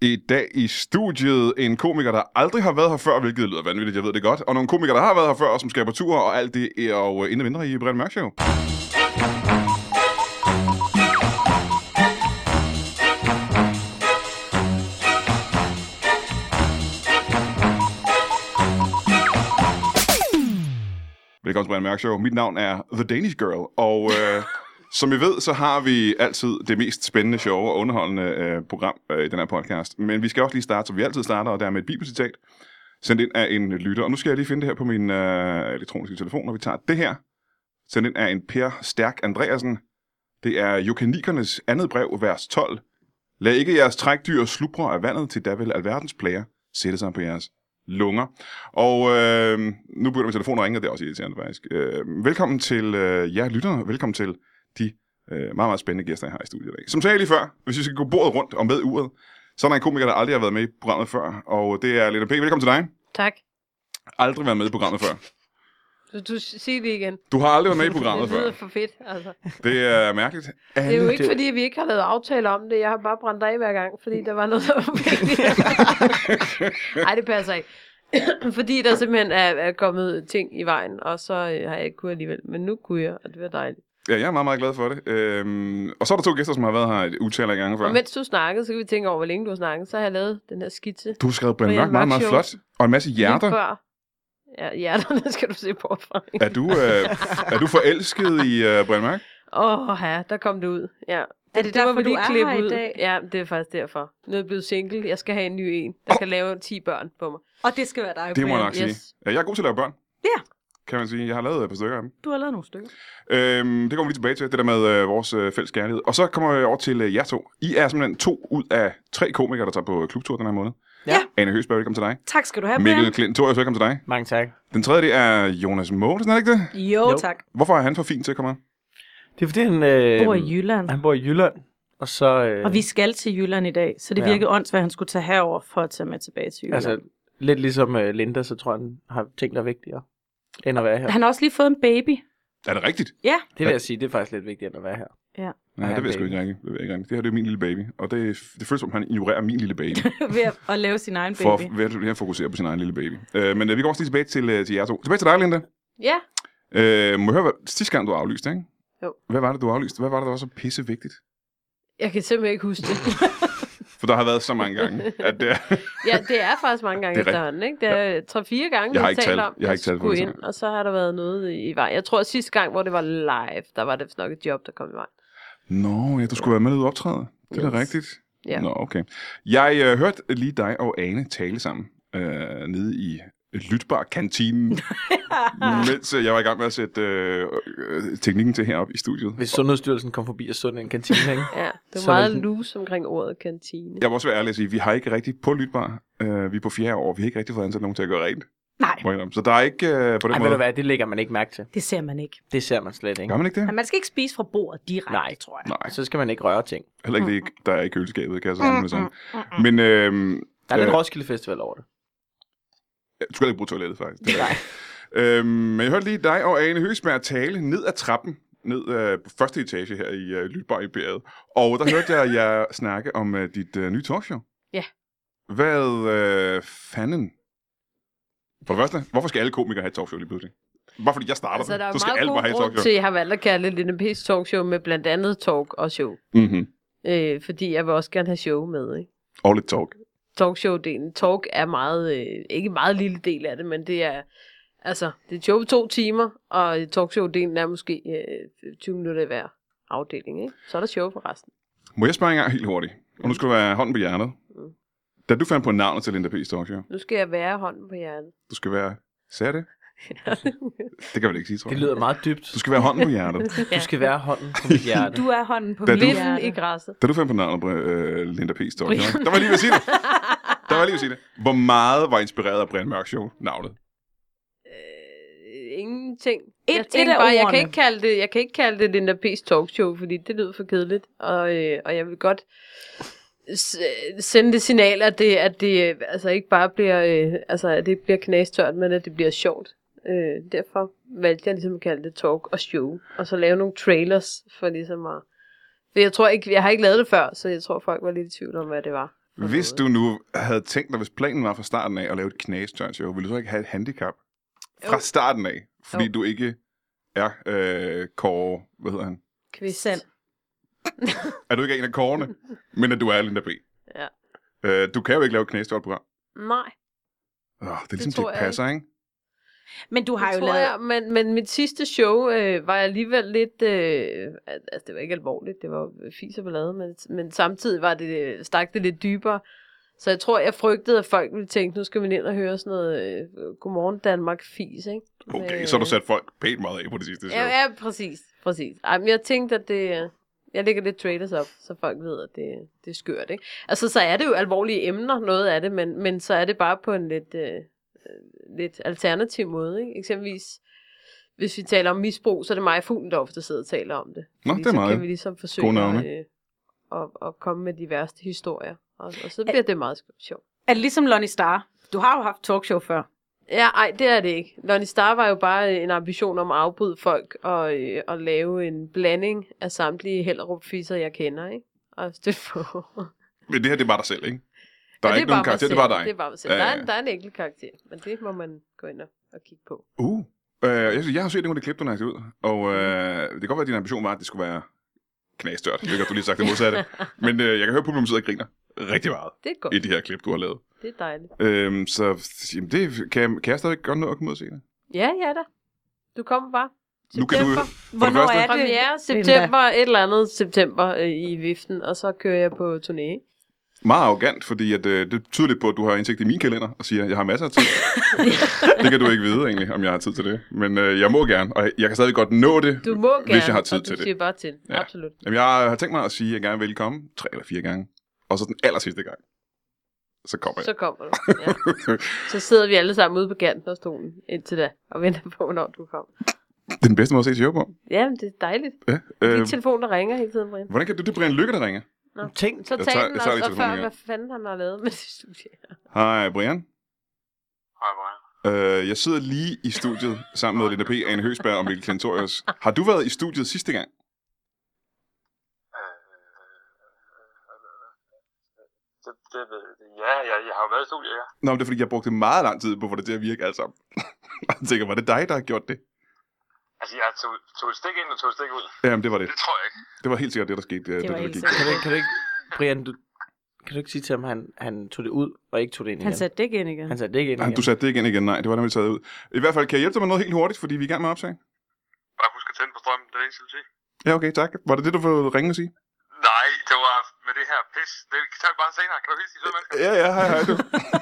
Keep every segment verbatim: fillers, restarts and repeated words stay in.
I dag i studiet en komiker, der aldrig har været her før, hvilket lyder vanvittigt, jeg ved det godt. Og nogle komikere, der har været her før, og som skal på tur, og alt det er jo intet mindre i Brian Mørk Show. Velkommen til Brian Mørk Show. Mit navn er The Danish Girl, og øh, som I ved, så har vi altid det mest spændende, sjove og underholdende øh, program øh, i den her podcast. Men vi skal også lige starte, som vi altid starter, og der er med et bibelcitat, sendt ind af en lytter. Og nu skal jeg lige finde det her på min øh, elektroniske telefon, og vi tager det her, sendt ind af en Per Stærk Andreasen. Det er Jokanikernes andet brev, vers tolv. Lad ikke jeres trækdyr slubre af vandet, til der vil alverdens plager sætte sig på jeres lunger. Og øh, nu begynder min telefon at ringe, og det er også irriterende faktisk. Øh, velkommen til øh, jer lyttere, velkommen til de øh, meget, meget spændende gæster, jeg har i studiet i dag. Som sagde lige før, hvis vi skal gå bordet rundt og med uret, så er der en komiker, der aldrig har været med i programmet før, og det er Linda P. Velkommen til dig. Tak. Aldrig været med i programmet før. Så du siger det igen. Du har aldrig været med i programmet før. Det lyder for fedt, altså. Det er mærkeligt. Det er jo ikke, fordi vi ikke har lavet aftale om det. Jeg har bare brændt dig hver gang, fordi der var noget, der var vigtigt. Nej, det passer ikke. Fordi der simpelthen er, er kommet ting i vejen, og så øh, har jeg ikke kunnet alligevel. Men nu kunne jeg, og det var dejligt. Ja, jeg er meget, meget glad for det. Øhm, og så er der to gæster, som har været her et utal af gange før. Og mens du snakkede, så kan vi tænke over, hvor længe du har snakket. Så har jeg lavet den her skitse. Du har skrevet Brian Mørk meget, meget flot. Og en masse hjerter. Ja, hjerterne skal du se bort fra. Er du, øh, er du forelsket i øh, Brian Mørk? Åh, oh, ja, der kom det ud. Ja. Er det, det derfor, var, du er her ud. i dag? Ja, det er faktisk derfor. Nu er jeg blevet single. Jeg skal have en ny en, der oh. kan lave ti børn på mig. Og det skal være dig, det må jeg nok sige. Yes. Ja, jeg er god til at lave børn. Ja. Kan man sige. Jeg har lavet et par stykker af dem. Du har lavet nogle stykker. Øhm, det kommer vi lige tilbage til, det der med øh, vores øh, fælles kærlighed. Og så kommer jeg over til øh, jer to. I er simpelthen to ud af tre komikere, der tager på klubtur den her måned. Ja. Ane Høgsberg, velkommen til dig. Tak skal du have, Mikkel Brian. Klintorius, velkommen til dig. Mange tak. Den tredje, det er Jonas Mogensen, er det ikke det? Jo, jo, tak. Hvorfor er han for fint til at komme med? Det er fordi, han øh, bor i Jylland. Han bor i Jylland. Og, så, øh, og vi skal til Jylland i dag, så det virkede ja. åndssvagt, at han skulle tage herover for at tage med tilbage til Jylland. Altså, lidt ligesom øh, Linda, så tror jeg, han har ting, der er vigtigere, end at være her. Han har også lige fået en baby. Er det rigtigt? Ja. Det vil jeg sige, det er faktisk lidt vigtigere, end at være her. Ja. Nej, det ved jeg sgu ikke rigtig. Det, ikke. Det her det er min lille baby, og det, det føles som, han ignorerer min lille baby. ved at, at lave sin egen baby. For ved at fokusere på sin egen lille baby. Uh, men uh, vi går også lige tilbage til, uh, til jer to. Tilbage til dig, Linda. Ja. Uh, må jeg høre, hvad, sidste gang du aflyste, ikke? Jo. Hvad var det, du aflyste? Hvad var det, der var så pisse vigtigt? Jeg kan simpelthen ikke huske det. For der har været så mange gange, at det er... Ja, det er faktisk mange gange efterhånden, ikke? Det er tre-fire gange, jeg har vi ikke talt talt, om, jeg har ikke talt skulle ind, og så har der været noget i vej. Jeg tror, at sidste gang, hvor det var live, der var det nok et job, der kom i vej. Nå, ja, du skulle være med ud optræde. Det er yes. da rigtigt. Ja. Nå, okay. Jeg øh, hørte lige dig og Ane tale sammen øh, nede i Lytbar-kantinen, mens jeg var i gang med at sætte øh, øh, teknikken til heroppe i studiet. Hvis Sundhedsstyrelsen kom forbi og så en kantine, ikke? Ja, det var meget loose omkring ordet kantine. Jeg må også være ærlig at sige, vi har ikke rigtig på Lytbar, øh, vi er på fjerde år, vi har ikke rigtig fået ansat nogen til at gøre rent. Nej. Så der er ikke øh, på den Ej, måde... Ej, hvad, det lægger man ikke mærke til. Det ser man ikke. Det ser man slet ikke. Gør man ikke det? Men man skal ikke spise fra bordet direkte, Nej. tror jeg. Nej. Så skal man ikke røre ting. Heller ikke det, der er i køleskabet, kan jeg så sige med sådan. Men... Øh, der er lidt øh, Roskilde Festival over det. Du skal ikke bruge toilettet, faktisk. Det er øhm, men jeg hørte lige dig og Ane Høgsberg tale ned ad trappen, ned øh, på første etage her i øh, Lytbar-imperiet. Og der hørte jeg jer snakke om øh, dit øh, nye talkshow. Ja. Hvad øh, fanden? For det første, hvorfor skal alle komikere have et talkshow lige pludselig? Bare fordi jeg starter altså, det, så skal alle bare have et talkshow. til, jeg har valgt at kalde det Linda P's talkshow med blandt andet talk og show. Mm-hmm. Øh, fordi jeg vil også gerne have show med, ikke? Og lidt talk. Talkshow-delen. Talk er meget, øh, ikke en meget lille del af det, men det er, altså, det er et show på to timer, og talkshow-delen er måske øh, tyve minutter i hver afdeling, ikke? Så er der show for resten. Må jeg spørge en gang helt hurtigt? Og nu skal du være hånden på hjertet. Mm. Da du fandt på navnet til Linda P's talkshow. Nu skal jeg være hånden på hjertet. Du skal være... Sagde det? Det kan man ikke sige, tror jeg. Det lyder meget dybt. Du skal være hånden på hjertet. Du skal være hånden på mit hjerte. Du er hånden på da mit du, hjerte. i græsset. Da du fandt på navnet på uh, Linda P's talkshow. Der var lige ved at sige det. Der var lige ved at sige det. Hvor meget var inspireret af Brian Mørk Show navnet? Øh, ingenting. Et, jeg tænkte bare, jeg kan ikke kalde det, jeg kan ikke kalde det Linda P's talkshow, fordi det lyder for kedeligt. Og, øh, og jeg vil godt sende det signal, at det, at det altså ikke bare bliver, øh, altså at det bliver knastørt, men at det bliver sjovt. Øh, derfor valgte jeg ligesom at kalde det talk og show, og så lave nogle trailers for ligesom at, for jeg tror ikke, jeg har ikke lavet det før, så jeg tror folk var lidt i tvivl om, hvad det var. for Hvis noget. du nu havde tænkt dig, hvis planen var fra starten af at lave et knæstørnshow, ville du så ikke have et handicap fra Jo. starten af? Fordi Jo. du ikke er øh, Kåre, hvad hedder han? Kvist. Sand. Er du ikke en af kårene, men at du er Linda B. Ja. Øh, du kan jo ikke lave et knæstørnsprogram. Nej, Oh, det er ligesom, tror det, jeg passer, ikke? Men du har det jo tror lavet... jeg, men, men mit sidste show øh, var alligevel lidt, øh, altså det var ikke alvorligt, det var fis og ballade, men, men samtidig var det, stak det lidt dybere. Så jeg tror, jeg frygtede, at folk ville tænke, nu skal vi ind og høre sådan noget øh, Godmorgen Danmark fis, ikke? Okay, Med, så har du sat folk pænt meget af på det sidste show. Ja, ja, præcis, præcis. Ej, men jeg tænkte, at det... Jeg lægger lidt trailers op, så folk ved, at det, det er skørt, ikke? Altså, så er det jo alvorlige emner, noget af det, men, men så er det bare på en lidt, øh, lidt alternativ måde, ikke? Eksempelvis, hvis vi taler om misbrug, så er det mig Fuglendorf, der sidder og taler om det. Nå, Fordi det er så meget kan vi ligesom gode forsøge navne. at, øh, at, at komme med de værste historier. Og, og så bliver det meget sjovt. Er det ligesom Lonnie Star? Du har jo haft talkshow før. Ja, ej, det er det ikke. Lonnie Star var jo bare en ambition om at afbryde folk og, øh, og lave en blanding af samtlige Hellerup-fisser, jeg kender, ikke? Og det på. Men det her, det er bare dig selv, ikke? Der er Ja, ikke nogen mig karakter, det selv. er bare dig. Det er bare mig selv. Ja, Der, ja, er, ja. en- der er en enkelt karakter, men det må man gå ind og, og kigge på. Uh. Øh, jeg, jeg har set nogle af de klip, du har lagt ud, og øh, det kan godt være, at din ambition var, at det skulle være knastørt. Det kan du lige sagt det modsatte. Men øh, jeg kan høre, at publikum sidder og griner rigtig meget Det er godt. i de her klip, du har lavet. Det er dejligt. Øhm, så jamen, det kan, kan jeg stadig godt nå at komme ud og se det. Ja, ja da. Du kommer bare. Nu kan du, September. for det Hvornår første, er det? Premiere Linda? september, et eller andet september øh, i viften, og så kører jeg på turné. ikke? meget arrogant, fordi at, øh, det tyder lidt på, at du har indsigt i min kalender og siger, at jeg har masser af tid. Det kan du ikke vide egentlig, om jeg har tid til det. Men øh, jeg må gerne, og jeg kan stadig godt nå det, Du må gerne, hvis jeg har tid og til du det. siger bare til. Ja. Absolut. Jamen, jeg har tænkt mig at sige, at jeg gerne vil komme tre eller fire gange. Og så den aller sidste gang, så kommer jeg. Så kommer du. Ja. Så sidder vi alle sammen ude på kanten af stolen indtil da, og venter på, hvornår du kommer. Det er den bedste måde at se show på. Ja, men det er dejligt. Ja, øh, Din telefon, der ringer hele tiden, Brian. hvordan kan du det, Brian Lykke, der ringer? Nå. Tænk, Så Jeg tag tager- den jeg tager lige også, og før, telefonen, ja. hvad fanden han har lavet med det studie. Hej, Brian. Hej, Brian. Øh, jeg sidder lige i studiet sammen med Linda P. Ane Høsberg og Mikkel Klintorius. Har du været i studiet sidste gang? Det, det, ja, jeg, jeg har jo været i studiet, ja. Nå, men det er fordi, jeg brugte meget lang tid på at få det til at virke alt sammen. Og jeg tænker, var det dig, der har gjort det? Altså, jeg tog, tog et stik ind og tog et stik ud. Jamen, det var det. Det tror jeg ikke. Det var helt sikkert det, der skete. Det, var det, der helt gik. sikkert. kan du, ikke- kan du ikke, Brian, du, kan du ikke sige til ham, at han, han tog det ud, og ikke tog det ind igen? Han satte det ikke ind igen. han satte det ikke ind Nej, igen. du satte det ikke ind igen. Nej, det var nemlig taget ud. I hvert fald kan jeg hjælpe dig med noget helt hurtigt, fordi vi er i gang med opsag. Bare husk at tænde på strømmen, det er det eneste, jeg vil sige. Ja, okay, tak. Var det det, du ville ringe og sige? Nej, det var med det her pis. Det tager vi bare senere. Kan du hilse de søde mennesker? Ja, ja, hej, hej, du.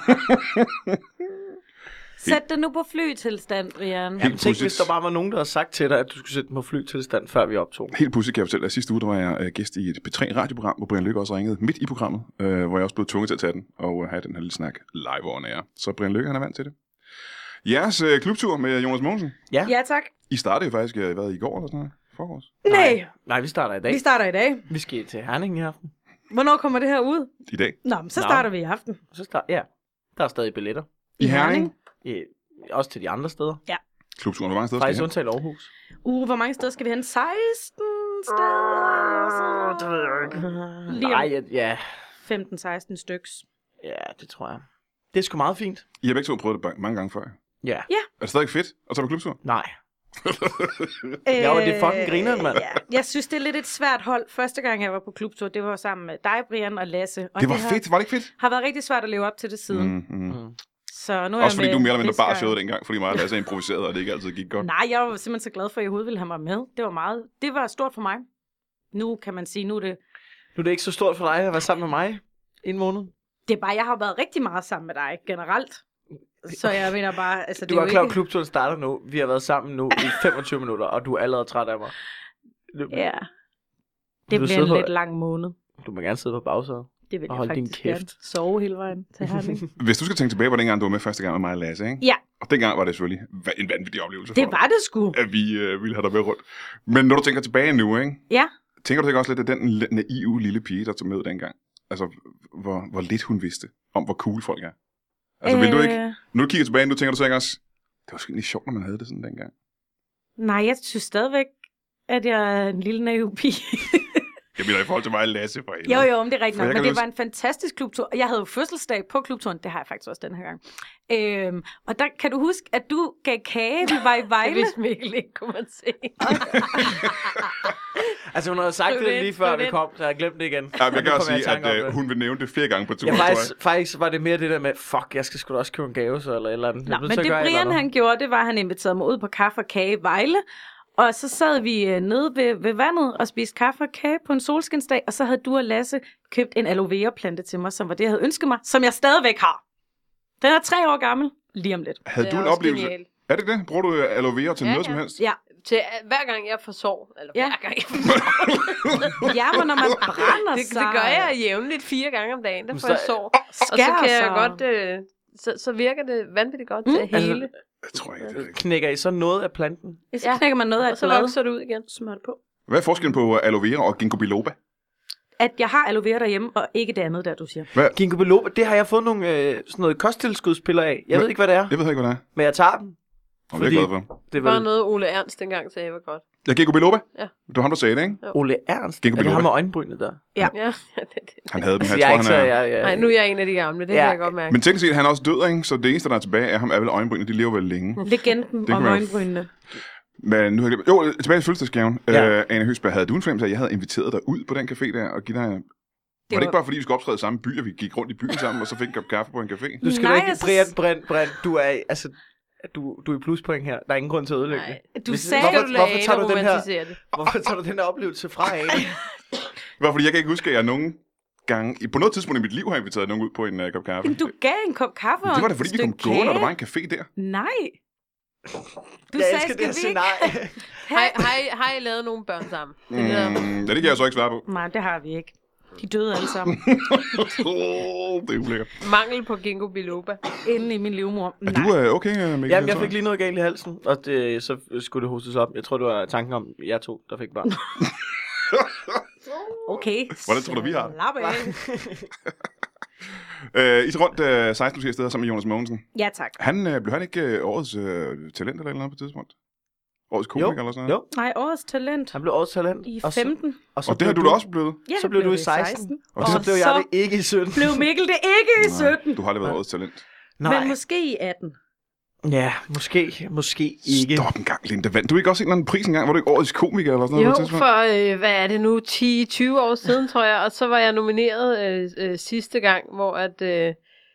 Sæt det nu på flytilstand, Brian. Jamen, Helt tænk, pudsigt. hvis der bare var nogen, der havde sagt til dig, at du skulle sætte den på flytilstand, før vi optog. Helt pudsigt kan jeg fortælle, at sidste uge der var jeg øh, gæst i et P tre radioprogram, hvor Brian Lykke også ringede midt i programmet, øh, hvor jeg også blev tvunget til at tage den og øh, have den her lille snak live on air. Så Brian Lykke, han er vant til det. Jeres øh, klubtur med Jonas Mogensen. Ja, tak. I startede jo faktisk, øh, hvad, i går eller sådan noget? Forgårs? Nej, Nej, vi starter i dag. vi starter i dag. Vi skal til Herning i aften. Hvornår kommer det her ud? I dag. Nå, men så Nå. starter vi i aften. Så start, ja, der er stadig billetter. I Herning. I, også til de andre steder. Klubturen, hvor mange steder Faktisk skal I undtaget Aarhus. Uh, hvor mange steder skal vi hen? seksten steder? Det ved jeg ikke. Lige Nej, om ja, ja, femten seksten styks. ja, det tror jeg. Det er sgu meget fint. I har begge to prøvet det mange gange før. Ja. Er det stadig fedt at tage på klubtur? Nej. Ja, men det er fucking grineren, mand. Ja, jeg synes, det er lidt et svært hold. Første gang, jeg var på klubtur, det var sammen med dig, Brian og Lasse. Og Det var har, fedt, var det ikke fedt? har været rigtig svært at leve op til det siden. Mm, mm. Mm. Så nu er Også jeg fordi med du mere eller mindre næste bare gang. showede dengang, fordi mig og Lasse improviserede, og det ikke altid gik godt. Nej, jeg var simpelthen så glad for, at I overhovedet ville have mig med. Det var meget. Det var stort for mig. Nu kan man sige, nu er det... Nu er det ikke så stort for dig at være sammen med mig i en måned. Det er bare, jeg har været rigtig meget sammen med dig, generelt. Så jeg mener bare, altså det Du er er jo klar, ikke... at klubturen starter nu. Vi har været sammen nu i femogtyve minutter, og du er allerede træt af mig. Du, Ja. Du Det bliver sidder en på- lidt lang måned. du må gerne sidde på bagsædet. Det vil Og jeg hold din faktisk kæft. gerne. Sove hele vejen til Herning. Hvis du skal tænke tilbage på dengang, du var med første gang med mig og Lasse, ikke? Ja. Og dengang var det selvfølgelig va- en vanvittig oplevelse Det for var det sgu. dig, at vi øh, ville have dig med rundt. Men når du tænker tilbage nu, ikke? Ja. Tænker du ikke også lidt af den la- naive lille pige, der tog med dengang? Altså, hvor, hvor lidt hun vidste om, hvor cool folk er. Altså, øh... vil du ikke... Når du kigger tilbage nu, tænker du så ikke også, det var sgu egentlig sjovt, når man havde det sådan dengang. Nej, jeg synes stadigvæk, at jeg er en lille naiv pige. Jeg mener i forhold til mig og Lasse for helvede. Jo, jo, men det er rigtigt For jeg nok. kan Men det huske- var en fantastisk klubtur. Jeg havde jo fødselsdag på klubturen. Det har jeg faktisk også den her gang. Øhm, og der kan du huske, at du gav kage. Vi var i Det Vejle. vidste Mikkel ikke, kunne man se. Altså, hun havde sagt Skriv det det lige ind, før skriv vi det kom, så jeg glemte det igen. Ja, jeg kan Nu også kommer i sige, tanke at om øh, det. hun vil nævne det flere gange på turen, Ja, tror jeg. faktisk, faktisk var det mere det der med, fuck, jeg skal sgu da også købe en gave så, eller et eller andet. Nå, Jeg bliver men så det gøre et eller Brian andet. han gjorde, det var, at han inviterede mig ud på kaffe og kage i Vejle. Og så sad vi øh, nede ved, ved vandet og spiste kaffe og kage på en solskinsdag. Og så havde du og Lasse købt en aloe vera plante til mig, som var det, jeg havde ønsket mig, som jeg stadigvæk har. Den er tre år gammel. Lige om lidt. Havde Det du er en også oplevelse? genialt. Er det det? Bruger du øh, aloe vera til Ja, noget ja. som helst? Ja. Til øh, hver gang jeg får sår, eller Ja. hver gang jeg får sår. Ja, men når man brænder det, sig. det gør jeg jævnligt fire gange om dagen, der Men får så- jeg sår. Og så Skær kan jeg sig. godt, øh, så, så virker det vanvittigt godt til at Altså, hele. Jeg tror ikke, det er rigtigt. Knækker I så noget af planten? Ja, så Ja. knækker man noget af Og et så blad. vokser det ud igen. Smør det på. Hvad er forskellen på øh, aloe vera og ginkgo biloba? At jeg har aloe vera derhjemme, og ikke det andet, der du siger. Ginkgo biloba, det har jeg fået nogle øh, sådan noget kosttilskudspiller af. Jeg Hvad? ved ikke, hvad det er, Jeg ved ikke, hvad det er. men jeg tager dem. Og det er jeg glad for. Det Bare var noget, Ole Ernst dengang sagde var godt. Ja, ginkgo biloba? Ja. Det var ham, der sagde det, ikke? Ole Ernst. Ginkgo Er det ham biloba. med øjenbrynene der? Ja. Ja, det, det. Han havde dem. Altså, Jeg jeg er tror, ikke så... han er... Jeg, jeg, Nej, nu er jeg en af de gamle, det Ja. kan jeg godt mærke. Men teknisk set, han er også død, ikke? Så det eneste, der er tilbage af ham, er vel øjenbrynene. De lever vel længe. Legenden kan om være- øjenbrynene. Men nu har jeg glemt... Jo, tilbage til fødselsdagsgaven. Ja. Ja. Uh, Ane Høgsberg, havde du en fornemmelse af, at jeg havde inviteret dig ud på den café der og give dig... Var det, var- ikke bare fordi, vi skulle optræde i samme by, og vi gik rundt i byen sammen, og så fik en kop kaffe på en café? Du skal Nej, da ikke... altså- Brian, Brian, Brian, du er... Altså, du, du er i pluspoint her. Der er ingen grund til at ødelægge Nej, det. Du Hvis- sagde, hvorfor, Skal du lade hvorfor tager Ane du den her... romantisere det? Hvorfor tager du den her oplevelse fra Ane? Det var fordi, jeg kan ikke huske, at jeg nogen gange... i- På noget tidspunkt i mit liv har inviteret nogen ud på en uh, kop kaffe. Jamen, du gav en kop kaffe og Det var da et fordi, vi kom stykke gående, og der kage. var en café der. Nej. Du Jeg sagde, elsker det her skal vi ikke? scenarie. Har, har, I, har I lavet nogle børn sammen? Det er det, der- Mm, ja, det kan jeg så ikke svare på. Nej, det har vi ikke. De døde alle sammen. Oh, det er ulækkert. Mangel på ginkgo biloba. Inde i min livmor. Er du uh, okay, uh, Mikkel? Jamen, jeg fik lige noget galt i halsen, og det, så skulle det hostes op. Jeg tror, det var tanken om jer to, der fik børn. Okay. Hvordan tror du, vi har det? Slap af. Uh, I er rundt uh, seksten forskellige steder sammen med Jonas Mogensen. Ja, tak. Han uh, blev han ikke uh, årets uh, talent eller noget på et tidspunkt? Årets komiker eller sådan noget? Jo, Nej, årets talent. han blev årets talent. I og så- femten. Og, så Og det har blev du da også blevet. Ja, Så blev du i det seksten. Og Og det- så blev jeg det ikke i sytten. Blev Mikkel det ikke i sytten. Du har aldrig været årets talent. Men måske i atten. Ja, måske, måske ikke. Stop en gang, Linda. Vandt du ikke også en eller anden pris engang? Var du ikke årets komiker eller sådan noget? Jo, på et tidspunkt? for øh, hvad er det nu, ti til tyve år siden, tror jeg. Og så var jeg nomineret øh, øh, sidste gang, hvor at, øh,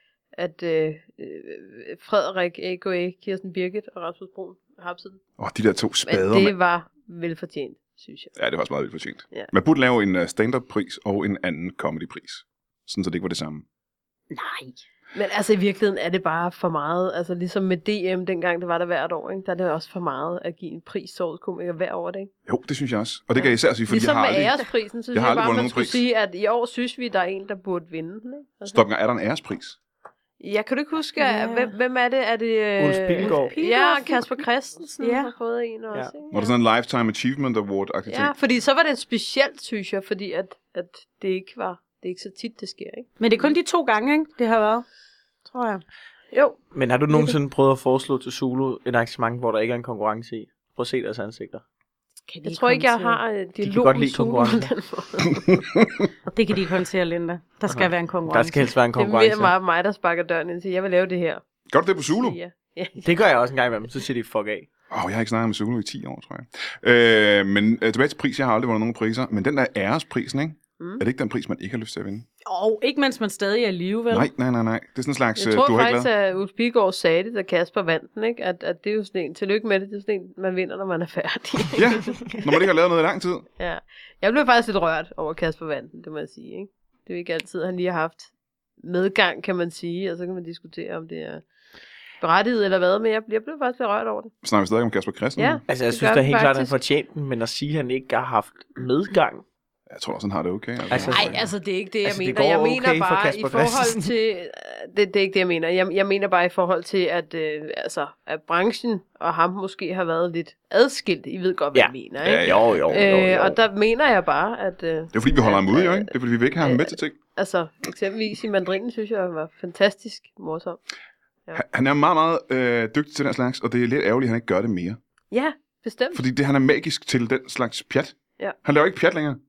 at øh, øh, Frederik, A K A, Kirsten Birgit og Rasmus Brun Hapsiden. Åh, de der to spader, Men det mand. var velfortjent, synes jeg. Ja, det var også meget velfortjent. Ja. Man burde lave en uh, stand-up-pris og en anden comedy-pris. Sådan, så det ikke var det samme. Nej. Men altså i virkeligheden er det bare for meget, altså ligesom med D M dengang det var der hvert år, ikke? Der er det også for meget at give en pris til årets komiker hver år, det, ikke? Jo, det synes jeg også. Og det kan jeg især sige, fordi Ligesom jeg har med aldrig... æresprisen, synes jeg jeg, har jeg aldrig bare, vundet man nogen skulle pris. sige, at i år synes vi, der er en, der burde vinde den, ikke? Altså, Stop, er der en ærespris? jeg kan du ikke huske, Ja. ja. hvem, hvem er det? Er det... øh, Ulf Pilgaard. Ja, Kasper Christensen Ja. har fået en også, ikke? Var der sådan en Lifetime Achievement Award-agtig Ja, ting? fordi så var det specielt, synes jeg, fordi at, at det ikke var... Det er ikke så tit, det sker, ikke? Men det er kun de to gange, ikke? Det har været. Tror jeg. Jo. Men har du nogensinde prøvet at foreslå til Zulu et arrangement, hvor der ikke er en konkurrence i? Prøv at se deres ansigter. Kan Jeg tror ikke, jeg har uh, dialog godt med lide Zulu på konkurrencer. den måde. Det kan de ikke håndtere, Linda. Der skal være en konkurrence. Der skal helst være en Det er konkurrence. mere meget mig, der sparker døren ind til. Jeg vil lave det her. Gør du det på Zulu? Ja. Ja. Det gør jeg også en gang imellem, så siger de fuck af. Åh, oh, jeg har ikke snakket med Zulu i ti år, tror jeg. Øh, men øh, tilbage til pris. Jeg har aldrig vundet nogen priser. Men den der æresprisen, ikke? Mm. Er det ikke den pris, man ikke har lyst til at vinde? Og ikke mens man stadig er i live, vel? Nej, nej, nej, nej. Det er sådan en slags... Jeg øh, tror du har ikke faktisk, lavet... at Ulf Pilgaard sagde det, da Kasper vandt den, ikke? At, at det er jo sådan en, tillykke med det, det er sådan en, man vinder, når man er færdig. Ja, når man ikke har lavet noget i lang tid. Ja. Jeg blev faktisk lidt rørt over Kasper vandt den, det må jeg sige, ikke? Det er jo ikke altid, han lige har haft medgang, kan man sige, og så kan man diskutere, om det er berettiget eller hvad, men jeg, jeg blev faktisk lidt rørt over det. Snakker vi stadig om Kasper Christensen? Ja. Altså, jeg Det synes gør da vi helt klart, at han faktisk. fortjente den, men at sige, at han ikke har haft medgang. Jeg tror også, han har det okay. Altså. Altså, Nej, altså det er ikke det, jeg Altså, det mener. går Jeg okay mener for bare Kasper i forhold Christensen. til... Det, det er ikke det, jeg mener. Jeg, jeg mener bare i forhold til, at, øh, altså, at branchen og ham måske har været lidt adskilt. I ved godt, hvad Ja. jeg mener, ikke? Ja, Jo, jo, jo, Øh, jo. og der mener jeg bare, at... Øh, Det er fordi, vi holder ham ude, jo, ikke? Det er fordi, vi vil ikke have ham med til ting. altså, eksempelvis i Mandrinen, synes jeg var fantastisk morsom. Han- Han er meget, meget øh, dygtig til den slags, og det er lidt ærgerligt, at han ikke gør det mere. Ja, bestemt. Fordi det, han er magisk til den slags pjat. Ja. Han laver ikke pjat længere.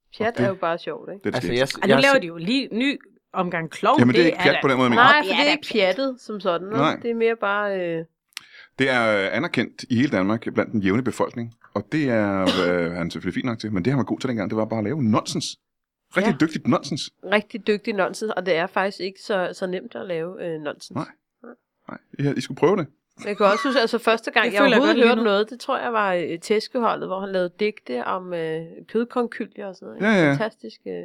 Pjat det- er jo bare sjovt, ikke? Det er Altså, det jeg, Og jeg, nu laver de jo lige ny omgang klovn. Jamen, det er ikke pjat da- på den måde, jeg mener. Nej, det for er det er da ikke pjattet som sådan. vel? Nej. Det er mere bare... Øh... Det er øh, anerkendt i hele Danmark blandt den jævne befolkning, og det er øh, han selvfølgelig fint nok til, men det han var god til dengang, det var bare at lave nonsens. Rigtig Ja. dygtigt nonsens. rigtig dygtig nonsens, og det er faktisk ikke så, så nemt at lave øh, nonsens. Nej. Nej, I, I skulle prøve det. Jeg kan også huske, altså første gang, Jeg jeg, føler jeg overhovedet godt lige hørte nu. noget, det tror jeg var øh, Tæskeholdet, hvor han lavede digte om øh, kødkonkyljer og sådan noget. Ja, ja. Fantastisk. Øh...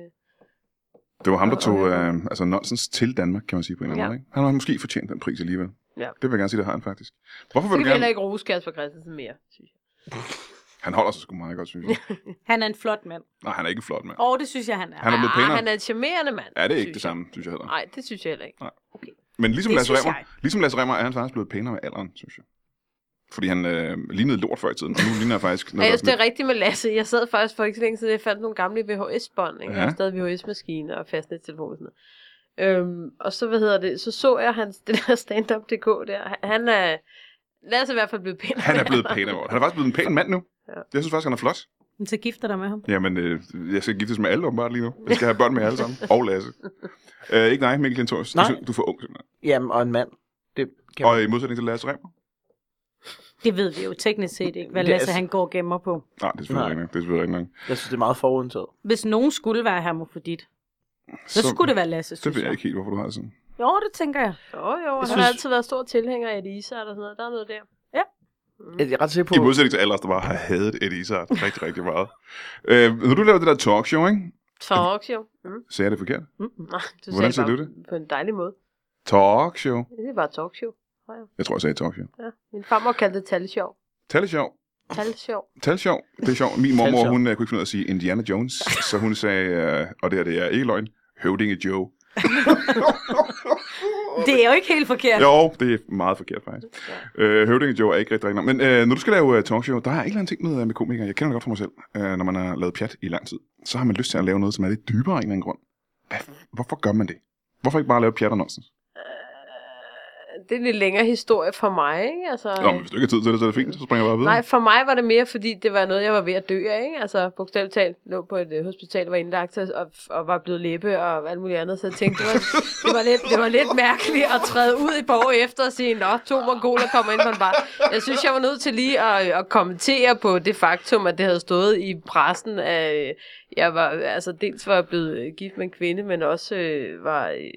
Det var ham, der Og- tog og- øh, altså nonsens til Danmark, kan man sige på en eller anden Ja. måde. Ikke? Han har måske fortjent den pris alligevel. Ja. Det vil jeg gerne sige, det har han faktisk. Hvorfor Så vil kan du vi heller gerne? ikke rose Kasper Christensen mere, synes jeg. Han holder sig sgu meget godt, synes jeg. Han er en flot mand. Nej, han er ikke en flot mand. Og det synes jeg, han er. Han er blevet Ah, pænere. han er en charmerende mand. Ja, det er ikke synes det samme, synes jeg heller. Nej, det synes jeg heller ikke. Men ligesom Det Lasse synes Remmer, jeg. ligesom Lasse Remmer er han faktisk blevet pænere med alderen, synes jeg. Fordi han øh, lignede lort før i tiden, og nu ligner han faktisk Ja, noget, jeg der synes, det er er rigtigt med Lasse. Jeg sad faktisk for ikke så længe siden, jeg fandt nogle gamle V H S-bånd. Ikke? Ja. Jeg har stadig V H S-maskiner og fastnettelefon og sådan noget. Øhm, og så, hvad hedder det, så så jeg hans, det der stand-up punktum d k der. Han er, Lasse er i hvert fald blevet pænere. han er blevet pænere. Han er faktisk blevet en pæn mand nu. Ja. Jeg synes faktisk, han er flot. Men så gifter dig med ham. Jamen, øh, jeg skal giftes med alle åbenbart lige nu. Jeg skal have børn med alle sammen. Og Lasse. Øh, ikke nej, Mikkel Klintorius. Nej. Du er for ung, simpelthen. jamen, og en mand. Det kan Og i modsætning til Lasse Remmer. Det ved vi jo teknisk set ikke, hvad Det er Lasse altså- han går og gemmer på. Nej, det er selvfølgelig Nej. ikke nok. Det er selvfølgelig ikke nok. jeg synes, det er meget forudindtaget. Hvis nogen skulle være hermofrodit, så, så skulle det være Lasse, Så synes ved jeg jeg. ikke helt, hvorfor du har det sådan. Jo, det tænker jeg. Jo, jo, han synes- har altid været stor tilhænger af Elisa eller sådan noget. Der er noget der. Jeg er ret sikker I på... modsætning til alle os, der bare har hadet Eddie Izzard rigtig, rigtig meget. Øh, når du laver det der talkshow, ikke? Talkshow. Mm. Sagde jeg det forkert? Mm. Nej, du Hvordan sagde siger bare du det? på en dejlig måde. Talkshow. Det er bare talkshow. Jeg tror, jeg sagde talkshow. Ja. Min farmor kaldte det talshow. Taleshow. Talshow. Talshow. Det er sjovt. Min mormor, Talshow. hun uh, kunne ikke finde ud af at sige Indiana Jones, så hun sagde, uh, og det her, det er ikke løgn, Høvdinge Joe. Det er jo ikke helt forkert. Jo, det er meget forkert faktisk. Øh, Høvdinge Joe er ikke rigtig rigtig nok. Men øh, når du skal lave uh, talkshow, der er ikke en ting med, uh, med komikere. Jeg kender det godt fra mig selv. Uh, når man har lavet pjat i lang tid, så har man lyst til at lave noget, som er lidt dybere af en eller anden grund. Hvad, hvorfor gør man det? Hvorfor ikke bare lave pjat og nonsens? Det er en lidt længere historie for mig, ikke? Altså, Nå, men hvis du ikke har tid til det, så er det fint. Så springer jeg bare videre. nej, for mig var det mere, fordi det var noget, jeg var ved at dø af, ikke? Altså, bogstaveligt talt, lå på et uh, hospital, var indlagt og, og var blevet læbe og alt muligt andet, så jeg tænkte, det var, det var, lidt, det var lidt mærkeligt at træde ud et par år efter og sige, nå, to mongoler kommer ind på en bar. Jeg synes, jeg var nødt til lige at, at kommentere på det faktum, at det havde stået i pressen, at jeg var, altså dels var jeg blevet gift med en kvinde, men også øh, var... Øh,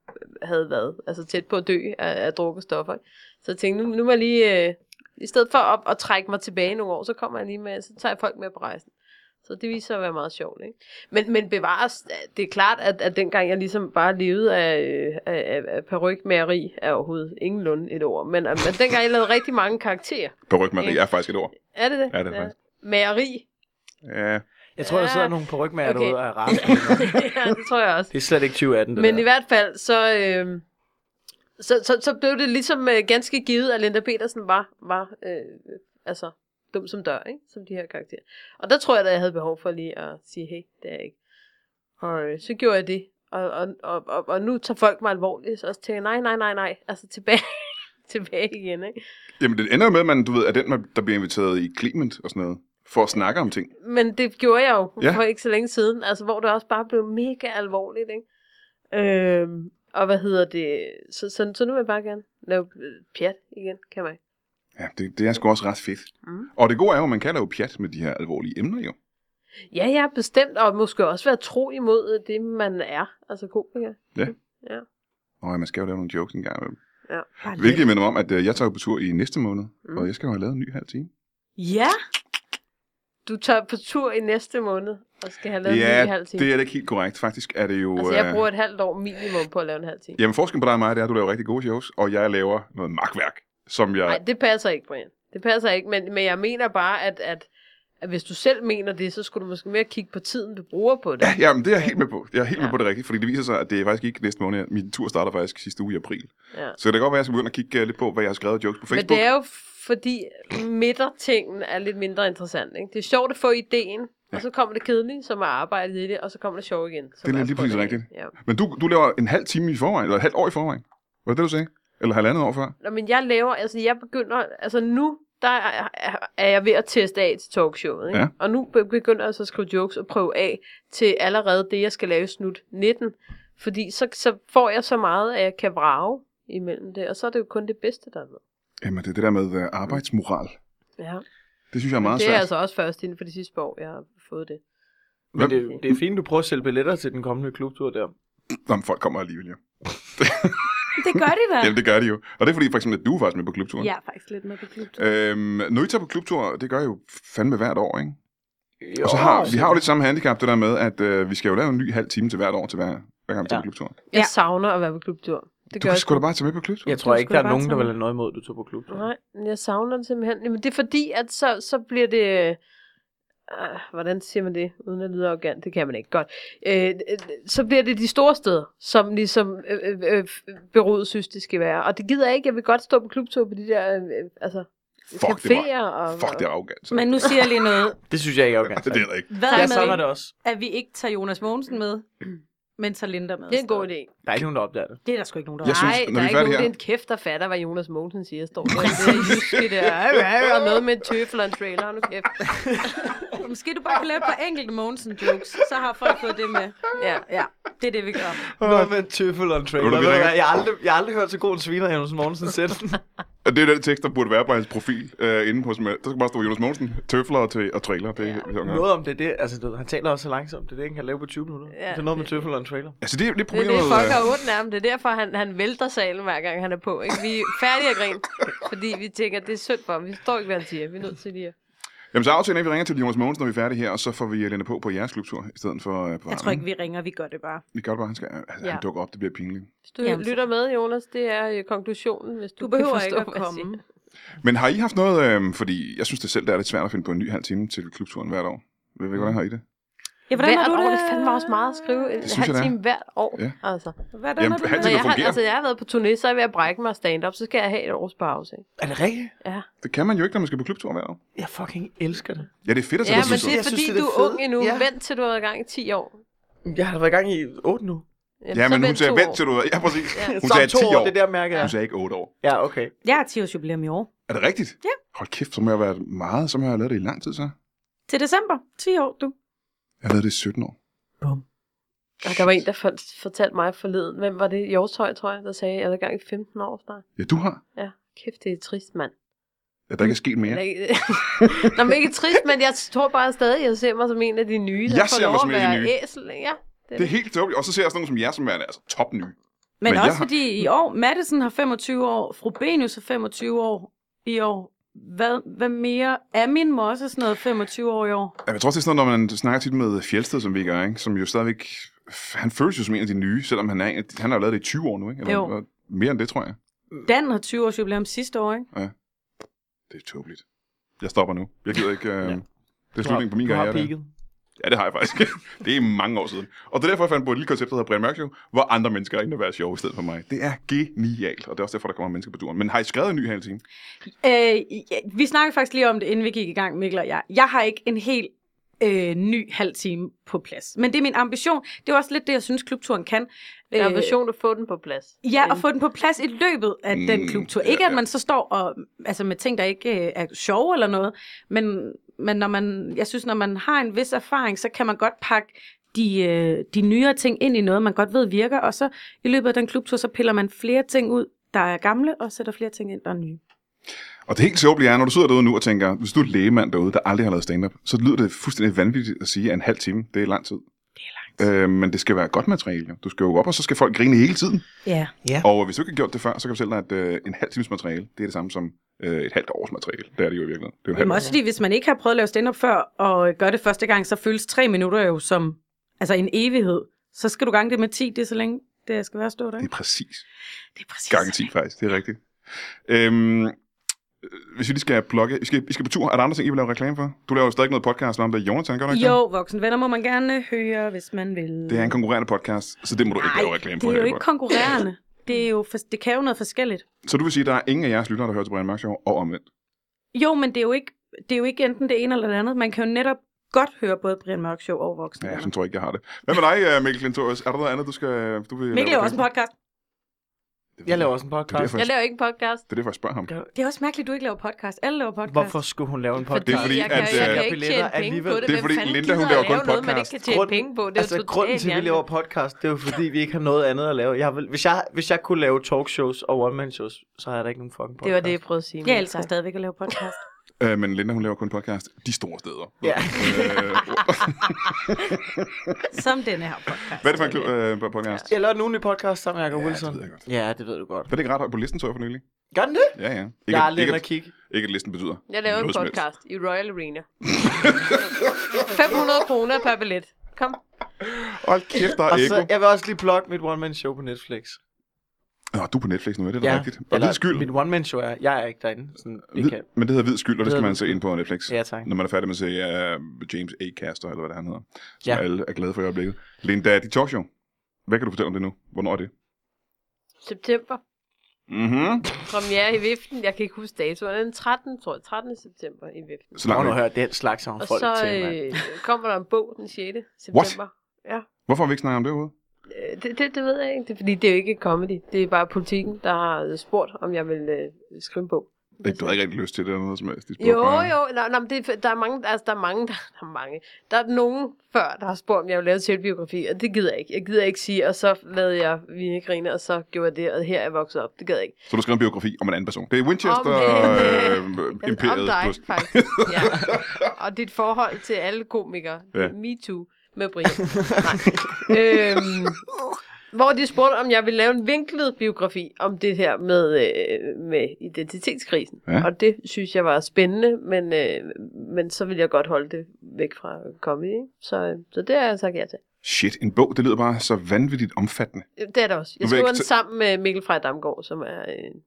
havde været altså tæt på at dø af, af druk og stoffer. Så jeg tænkte, nu, nu må jeg lige, øh, i stedet for at, at trække mig tilbage nogle år, så kommer jeg lige med, så tager jeg folk med på rejsen. Så det viser sig at være meget sjovt, ikke? Men, men bevares, det er klart, at, at dengang jeg ligesom bare levede af, af, af perukmageri, er overhovedet ingenlunde et ord, men, men dengang jeg lavede rigtig mange karakterer. Perukmageri er faktisk et ord. Er det det? Ja, det er faktisk. Mageri. Ja, Jeg tror, der Ja. sidder nogle perukmager Okay. derude og er rasende. Ja, det tror jeg også. Det er slet ikke tyve atten, det Men der. i hvert fald, så, øh, så, så, så blev det ligesom øh, ganske givet, at Linda Petersen var, var øh, altså, dum som dør, ikke? Som de her karakterer. Og der tror jeg, at jeg havde behov for lige at sige, hey, det er jeg ikke. Og øh, så gjorde jeg det. Og, og, og, og, og nu tager folk mig alvorligt, så også tænker jeg, nej, nej, nej, nej, altså tilbage, tilbage igen, ikke? jamen det ender jo med, at man, du ved, er den, der bliver inviteret i Clement og sådan noget, for at snakke om ting. Men det gjorde jeg jo Ja. for ikke så længe siden, altså hvor det også bare blev mega alvorligt, ikke? Øhm, og hvad hedder det, så, så, så nu vil jeg bare gerne lave øh, pjat igen, kan man. Ja, det, det er sgu også ret fedt. Mm. Og det gode er jo, at man kan lave pjat med de her alvorlige emner jo. Ja, ja, bestemt, og måske også være tro imod det, man er, altså komiker. Ja. Ja. Og ja, man skal jo lave nogle jokes en gang imellem. Bare Hvilket lidt. minder mig om, at øh, jeg tager på tur i næste måned, Mm. mm. og jeg skal jo have lavet en ny halv time. Ja, Du tager på tur i næste måned, og skal have lavet en ny Ja, halv time. det er da ikke helt korrekt. Faktisk er det jo... Altså, jeg øh, bruger et halvt år minimum på at lave en halv time. Jamen, forskellen på dig og mig, det er, at du laver rigtig gode shows, og jeg laver noget magtværk, som jeg... Nej, det passer ikke, Brian. Det passer ikke, men, men jeg mener bare, at, at, at hvis du selv mener det, så skulle du måske mere kigge på tiden, du bruger på det. Ja, jamen, det er jeg helt med på. Jeg er helt ja. med Ja. på det rigtigt, fordi det viser sig, at det er faktisk ikke næste måned. Min tur starter faktisk sidste uge i april. Ja. Så det kan godt være, at jeg skal begynde at kigge uh, lidt på, hvad jeg har skrevet jokes på Men Facebook. det er jo fordi midtertingen er lidt mindre interessant. Ikke? Det er sjovt at få ideen, ja. Og så kommer det kedelige, som er arbejdet i det, og så kommer det sjov igen. Det er lige præcis rigtigt. Ja. Men du, du laver en halv time i forvejen, eller et halvt år i forvejen. Var det det, du sagde? Eller halvandet år før? Nå, men jeg laver, altså jeg begynder, altså nu der er, er jeg ved at teste af til talkshowet. Ikke? Ja. Og nu begynder jeg så at skrive jokes og prøve af til allerede det, jeg skal lave snut nitten. Fordi så, så får jeg så meget, at jeg kan vrage imellem det. Og så er det jo kun det bedste, der er med. Jamen, det er det der med uh, arbejdsmoral. Ja. Det synes jeg er meget det er svært. altså også først inden for de sidste år, jeg har fået det. Men det, det er fint, du prøver at sælge billetter til den kommende klubtur der. Nå, men folk kommer alligevel, ja. Det gør de da. Jamen, det gør de jo. Og det er fordi, for eksempel, at du er faktisk med på klubturen. Jeg er faktisk lidt med på klubturen. Øhm, når I tager på klubtur, det gør I jo fandme hvert år, ikke? Jo, Og så har vi har jo lidt samme handicap, det der med, at øh, vi skal jo lave en ny halv time til hvert år, til hver, hver gang vi tager Ja. på klubtur. Jeg Ja. savner at være på klubtur. Det Du gør kan jeg sgu da bare tage med på klubtur. Jeg tror Du ikke, skulle der er bare nogen, der tage vil med. have noget imod, at du tog på klubtur. Nej, men jeg savner det simpelthen. Men det er fordi, at så, så bliver det... Øh, hvordan siger man det, uden at lyde arrogant? Det kan man ikke godt. Øh, så bliver det de store steder, som ligesom øh, øh, berodet synes, det skal være. Og det gider jeg ikke. Jeg vil godt stå på klubtur på de der... Øh, altså, Fuck, det caféer var, og... fuck, det er arrogant. Men nu siger jeg lige noget. Det synes jeg ikke er okay. Det er det ikke. Hvad Jeg savner med, det også. at vi ikke tager Jonas Mogensen med, men tager Linda med? Det er en god idé. Der er ikke nogen, der opdager det. Det er der sgu ikke nogen, der Jeg har. synes, Nej, når der vi er er ikke færdige nogen, her- det er en kæft, der fatter, hvad Jonas Mogensen siger. Står der. Det er jyske der. Og noget med en tøffel og en trailer. Nu kæft. Måske du bare kan lave et par enkelte Mogensen-jokes, så har folk fået det med. Ja. Ja, det er det, vi gør. Noget med en tøffel og en trailer. Ved du, vi ringer- Jeg har aldrig, jeg har aldrig hørt så god en sviner, Jonas Mogensen sætte den. Og det er den tekst, der burde være på hans profil øh, inde hos mig. Der skal bare stå Jonas Mogensen, tøfler og, til, og trailer. Det, er ja. Noget om det, det altså, du, ved, han taler også så langsomt. Det er det, han kan lave på tyve minutter. Ja, det er noget med det- tøffel og en trailer. Altså, det er det Det er problemet. det, folk øh, har ondt nærmest. Det er derfor, han, han vælter salen, hver gang han er på. Ikke? Vi er færdige at grine, fordi vi tænker, det er synd for ham. Vi står ikke, hvad han siger. Vi er nødt til lige at... Jamen, så aftalen er, at vi ringer til Jonas Mogensen, når vi er færdige her, og så får vi Linda på på jeres klubtur, i stedet for øh, på Jeg tror ikke, vi ringer, vi gør det bare. Vi gør det bare, han, skal, altså, Ja. han dukker op, det bliver pinligt. Hvis du Jamen, så- lytter med, Jonas, det er øh, konklusionen, hvis du, Du behøver kan forstå, ikke at hvad jeg komme. siger. Men har I haft noget, øh, fordi jeg synes det selv, det er lidt svært at finde på en ny halv time til klubturen hvert år. Ved I, hvordan har I det? Ja, hvordan Hvert har du år, det? det er fandme også meget at skrive en Det synes jeg, halv det er. time hvert år. Ja. Altså. Hvordan Jamen, har du halv det? Når time- jeg, har, fungerer. altså, jeg har været på turné, så er jeg ved at brække mig stand-up, så skal jeg have et års pause. Ikke? Er det rigtigt? Ja. Det kan man jo ikke, når man skal på klubtur hvert år. Jeg fucking elsker det. Ja, det er fedt at tage Ja, på men klubtur. det er Jeg fordi, synes, det er du det er fede. ung endnu. Ja. Vent til du har været i gang i ti år. Jeg har været i gang i otte nu. Jamen, Ja, så men hun vent sagde, to vent år. til du Ja, præcis. Ja. Hun Samt sagde to ti år. Det der mærker jeg. Hun sagde ikke otte år. Ja, okay. Jeg har ti års jubilæum i år. Er det rigtigt? Ja. Hold kæft, så må jeg have været meget, så må jeg have lavet det i lang tid, så. Til december. ti år, du. Jeg har lavet det i sytten år. Bum. Og der var en, der for, fortalte mig forleden, hvem var det? Hjortøj, tror jeg, der sagde, at jeg var i gang i femten år snart. Ja, du har. Ja, kæft, det er trist, mand. Ja, der ikke er sket mere. Eller ikke- Nå, men ikke trist, men jeg tror bare stadig, at jeg ser mig som en af de nye, der Jeg får ser lov mig som at en af de være nye. æsel. Ja, Det er helt tåbeligt. Og så ser jeg sådan nogen som jer, som er altså top nye. Men, Men jeg også har- fordi i år, Madison har femogtyve år, Frobenius har femogtyve år i år. Hvad, hvad mere? Amin må også sådan noget femogtyve år i år. Ja, jeg tror også, det er sådan noget, når man snakker tit med Fjeldsted, som vi gør, ikke? Som jo stadigvæk... Han føles jo som en af de nye, selvom han er en af de, han har jo lavet det i tyve år nu, ikke? Eller, Jo. eller mere end det, tror jeg. Dan har tyve års jubilæum sidste år, ikke? Det er tåbeligt. Jeg stopper nu. Jeg gider ikke... Øh... Ja. Det er Du har, slutningen på min du har karriere. der. peaked. Ja, det har jeg faktisk. Det er mange år siden. Og det er derfor, jeg fandt på et lille koncept, der hedder Brian Mørk Show, hvor andre mennesker er inde og være sjove i stedet for mig. Det er genialt, og det er også derfor, der kommer mennesker på turen. Men har I skrevet en ny halv time? Øh, ja, vi snakkede faktisk lige om det, inden vi gik i gang, Mikkel og jeg. Jeg har ikke en helt øh, ny halv time på plads. Men det er min ambition. Det er også lidt det, jeg synes, klubturen kan. Det er ambition at få den på plads. Ja, at få den på plads i løbet af Mm, mm, den klubtur. ja, Ikke at ja. man så står og, altså med ting, der ikke øh, er sjove eller noget, men, men når man, jeg synes, når man har en vis erfaring, så kan man godt pakke de, øh, de nyere ting ind i noget, man godt ved virker, og så i løbet af den klubtur, så piller man flere ting ud, der er gamle, og sætter flere ting ind, der er nye. Og det helt tåbelige er, når du sidder derude nu og tænker, hvis du er lægemand derude, der aldrig har lavet stand-up, så lyder det fuldstændig vanvittigt at sige, at en halv time, det er lang tid. Det er langt. Øh, men det skal være godt materiale. Jo. Du skal jo op, og så skal folk grine hele tiden. Ja. Ja. Og hvis du ikke har gjort det før, så kan jeg fortælle dig, at øh, en halv times materiale, det er det samme som øh, et halvt års materiale. Det er det jo i virkeligheden. Det er jo en halv Jamen også fordi, hvis man ikke har prøvet at lave stand-up før, og gør det første gang, så føles tre minutter jo som altså en evighed. Så skal du gange det med ti, det er så længe det skal være stå der. Det er præcis. Det er præcis. Gange ti faktisk, det er rigtigt. Øhm, hvis vi lige skal plukke, vi skal, vi skal på tur, er der andre ting, I vil lave reklame for? Du laver jo stadig noget podcast om det, Jonathan, gør du ikke det? Jo, voksenvenner må man gerne høre, hvis man vil. Det er en konkurrerende podcast, så det må du ikke lave reklame det for. er jo her, ikke godt. konkurrerende. Det, er jo for, det kan jo noget forskelligt. Så du vil sige, at der er ingen af jeres lyttere, der hører til Brian Mørk Show, og omvendt? Jo, men det er jo ikke, det er jo ikke enten det ene eller det andet. Man kan jo netop godt høre både Brian Mørk Show og Ja, voksenvenner. jeg tror ikke, jeg har det. Hvad med dig, Mikkel Klintorius? Er der noget andet, du skal... Du vil Mikkel er lave jo også en reklame podcast. Jeg laver også en Det er podcast. derfor, Jeg jeg, laver ikke en podcast. det er derfor, jeg spørger ham. Det er også mærkeligt, du ikke laver podcast. Alle laver podcast. Hvorfor skulle hun lave en podcast? Fordi, Det er fordi, jeg kan, at, jeg øh, kan ikke billetter tjene penge alligevel. på det. Det er Hvem fordi, fanden Linda, hun gider laver at kun lave noget, man ikke podcast. kan tjene penge på? Det er altså, jo grunden til, at vi laver podcast, det er jo fordi, vi ikke har noget andet at lave. Jeg vil, hvis, jeg, hvis jeg kunne lave talkshows og one-man-shows, så har jeg da ikke nogen fucking podcast. Det var det, jeg prøvede at sige. Jeg elsker stadigvæk at lave podcast. Øh, men Linda, hun laver kun podcast de store steder. Ja. Øh, Som denne her podcast. hvad er det for en klub, øh, podcast? Jeg lavede en ugenlig podcast sammen med Jacob Ja, Wilson. det ved jeg godt. Ja, det ved du godt. Var det ikke ret højt på listen, så jeg for nylig? Gør den det? Ja, ja. Ikke, Jeg har aldrig ikke, inde at kigge. ikke at listen betyder. Jeg laver en noget som helst. podcast i Royal Arena. fem hundrede kroner per billet. Kom. Hold kæft, der er Og ego. så, jeg vil også lige plukke mit one-man-show på Netflix. Nå, du er på Netflix nu, er det da rigtigt? Og Eller, hvid skyld. Mit one-man-show er, jeg er ikke derinde. Sådan, det Hvid, kan. men det hedder hvid skyld, og det Det skal hedder man se Hvid ind på Netflix. Ja, tak. Når man er færdig med at se uh, James A. Caster, eller hvad det han hedder. Som Ja. alle er glade for i øjeblikket. Linda, dit talkshow. Hvad kan du fortælle om det nu? Hvornår er det? September. Mhm. Premiere i Viften. Jeg kan ikke huske datoen. Den trettende, tror jeg. trettende september i Viften. Så Prøv langt nu at væk. høre, den slags har Og folk så til, mand. øh, kommer der en bog den sjette september. Ja. Hvorfor har vi ikke snakket om det ude? Øh, Det, det, det ved jeg ikke. Det er, fordi det er jo ikke comedy. Det er bare politikken, der har spurgt, om jeg vil øh, skrive en bog. Du har ikke rigtig lyst til det eller noget som helst. De spurgte Jo, bare- jo. Nå, nå, men det, er- der er mange, altså der er mange, der, der er mange. Der er nogen før, der har spurgt, om jeg vil lave selvbiografi, og det gider jeg ikke. Jeg gider ikke sige, og så lavede jeg Vinegrine, og så gjorde jeg det, og her er jeg vokset op. Det gider jeg ikke. Så du skrev en biografi om en anden person. Det er Winchester Om, øh, øh, Imperiet. Om dig, plus- faktisk. Ja. Og dit forhold til alle komikere. Ja. Ja. Me too med Brian. Nej. øhm, hvor de spurgte, om jeg ville lave en vinklet biografi om det her med, øh, med identitetskrisen. Ja. Og det synes jeg var spændende, men, øh, men så ville jeg godt holde det væk fra comedy. Ikke? Så, øh, så det har jeg sagt ja til. Shit, en bog, det lyder bare så vanvittigt omfattende. Det er det også. Jeg Nu vil jeg skriver ikke den t- sammen med Mikkel Frey Damgaard, som er en,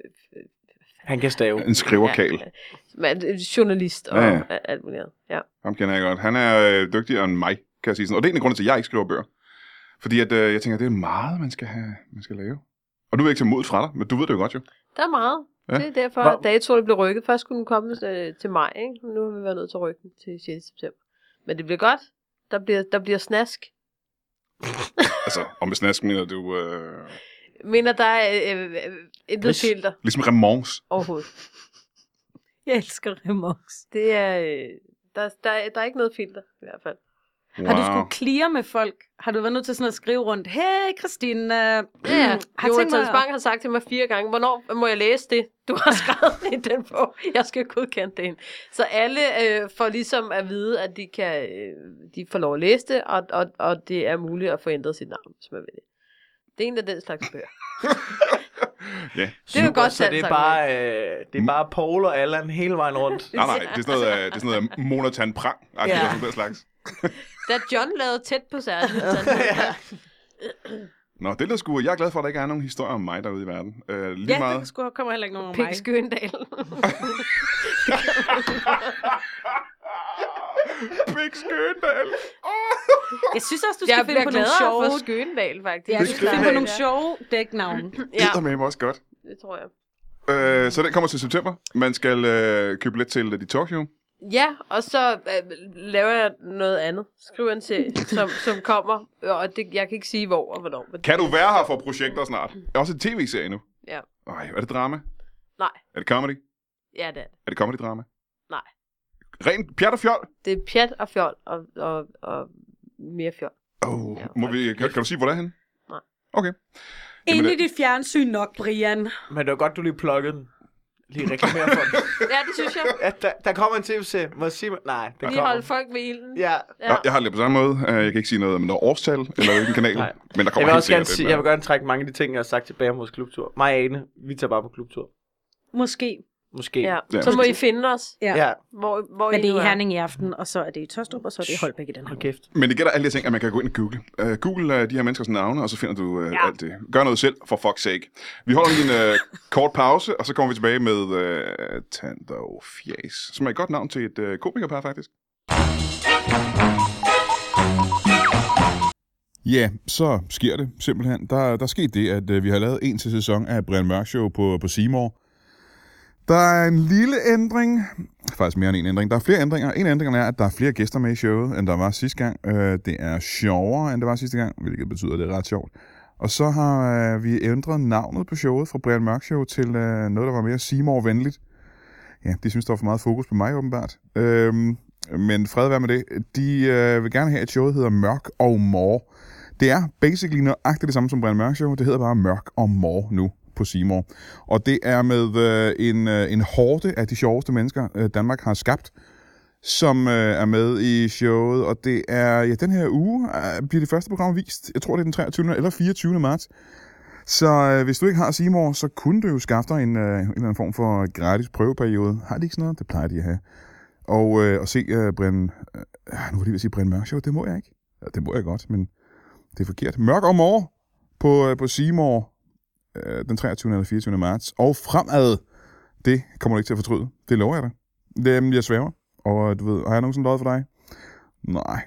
Han kan stave. En skriverkal. som er en journalist og Ja, ja, ja. ja. alt muligt andet. Ja. Ham kender jeg godt. Han er øh, dygtigere end mig, kan jeg sige sådan. Og det er en af grunden til, at jeg ikke skriver bøger. Fordi at, øh, jeg tænker, det er meget, man skal, have, man skal lave. Og nu vil jeg ikke tage mod fra dig, men du ved det jo godt jo. Der er meget. Ja. Ja. Det er derfor, Hvor- at datoerne blev rykket. Først skulle den komme øh, til maj, ikke? Men nu har vi været nødt til at rykke den til sjette september. Men det bliver godt. Der bliver, der bliver snask. Altså, og med snask mener du øh, Jeg mener, der er øh, øh, intet Ris. filter ligesom Ramons. overhovedet. Jeg elsker Remox. Det er... Øh, der, der, er- der er ikke noget filter, i hvert fald. Wow. Har du skulle clear med folk? Har du været nødt til sådan at skrive rundt? Hey, Christine. Ja, har tænkt Jonathan mig- Spang har sagt til mig fire gange, hvornår må jeg læse det, du har skrevet i den bog? Jeg skal godkende det ind. Så alle øh, får ligesom at vide, at de kan øh, de får lov at læse det, og, og, og det er muligt at få ændret sit navn, hvis man vil det. Det er en af den slags bøger. Ja. Det er jo godt Så det er sandt, bare, øh, det er bare Paul og Allan hele vejen rundt. Nej, nej, det er sådan noget, øh, det er sådan noget Monatan Prang. Ja. Ja. Sådan den slags. Da John lavede tæt på særligt. Nå, det lyder sgu. Jeg er glad for, at der ikke er nogen historier om mig derude i verden. Øh, lige Ja, meget. der skulle- kommer heller ikke nogen om mig. Pik Skøndal. Big Skøndal. Jeg synes også, du skal Jeg finde bliver på nogle gladere sjove... for Skøndal, faktisk. Ja, du skal finde på nogle sjove dæknavne. Ja, Det er med mig også godt. det tror jeg. Øh, så den kommer til september. Man skal øh, købe lidt til uh, dit talkshow. Ja, og så øh, laver jeg noget andet. Skriver en serie, som, som kommer, og det, jeg kan ikke sige hvor og hvornår. Men Kan du være her for projekter snart? Jeg er også en tv-serie nu. Ja. Ej, er det drama? Nej. Er det comedy? Ja, det er det. Er det comedy-drama? Nej. Rent pjat og fjol? Det er pjat og fjol og, og, og mere fjol. Oh, Ja, må vi, kan, kan du sige, hvor det er henne? Nej. Okay. Inde i dit fjernsyn nok, Brian. Men det var godt, du lige plukkede den. Lige reklamere for den. Ja, det synes jeg. Ja, der, der kommer en tv-serie. Må jeg sige... Nej, det Lige kommer. holde folk ved ilden. Ja. Ja. Jeg, jeg har det lidt på samme måde. Uh, jeg kan ikke sige noget om noget årstal eller hvilken kanal. Nej. Men der Jeg kommer vil helt også gerne sikkert sige, et, jeg vil gerne trække mange af de ting, jeg har sagt tilbage mod klubtur. Mig og Ane, vi tager bare på klubtur. Måske. Måske. Ja. Ja. Så må I finde os, Ja. Ja, hvor, hvor Men I det nu er i er. Herning i aften, og så er det i Tostrup, og så er det i Holbæk i den her hold uge. kæft. Men det gælder alle de ting, at man kan gå ind og google. Uh, google uh, de her menneskers navne, og så finder du uh, Ja. alt det. Gør noget selv, for fuck's sake. Vi holder lige en uh, kort pause, og så kommer vi tilbage med uh, Tando Fjas, som er et godt navn til et uh, komikerpar, faktisk. Ja, så sker det simpelthen. Der, der skete det, at uh, vi har lavet en til sæson af Brian Mørk Show på, på Seymour. Der er en lille ændring. Faktisk mere end en ændring. Der er flere ændringer. En ændring er, at der er flere gæster med i showet, end der var sidste gang. Uh, det er sjovere, end det var sidste gang, hvilket betyder, at det er ret sjovt. Og så har øh, vi ændret navnet på showet fra Brian Mørk Show til øh, noget, der var mere Seymour-venligt. Ja, de synes, der var for meget fokus på mig, åbenbart. Øhm, men fred være med det. De øh, vil gerne have, at showet hedder Mørk og More. Det er basically nøjagtigt det samme som Brian Mørk Show. Det hedder bare Mørk og More nu på Seymour. Og det er med øh, en, øh, en horde af de sjoveste mennesker, øh, Danmark har skabt, som øh, er med i showet. Og det er, ja, den her uge øh, bliver det første program vist. Jeg tror, det er den treogtyvende eller fireogtyvende marts. Så øh, hvis du ikke har Seymour, så kunne du jo skaffe dig en, øh, en eller anden form for gratis prøveperiode. Har de ikke sådan noget? Det plejer de at have. Og øh, at se øh, Brian... Øh, nu var det ved at sige Brian Mørk Show. Det må jeg ikke. Ja, det må jeg godt, men det er forkert. Mørk og More på, øh, på Seymour øh, den treogtyvende eller fireogtyvende marts. Og fremad, det kommer du ikke til at fortryde. Det lover jeg dig. Det er jeg svæver. Og du ved, har jeg nogensinde løjet for dig? Nej.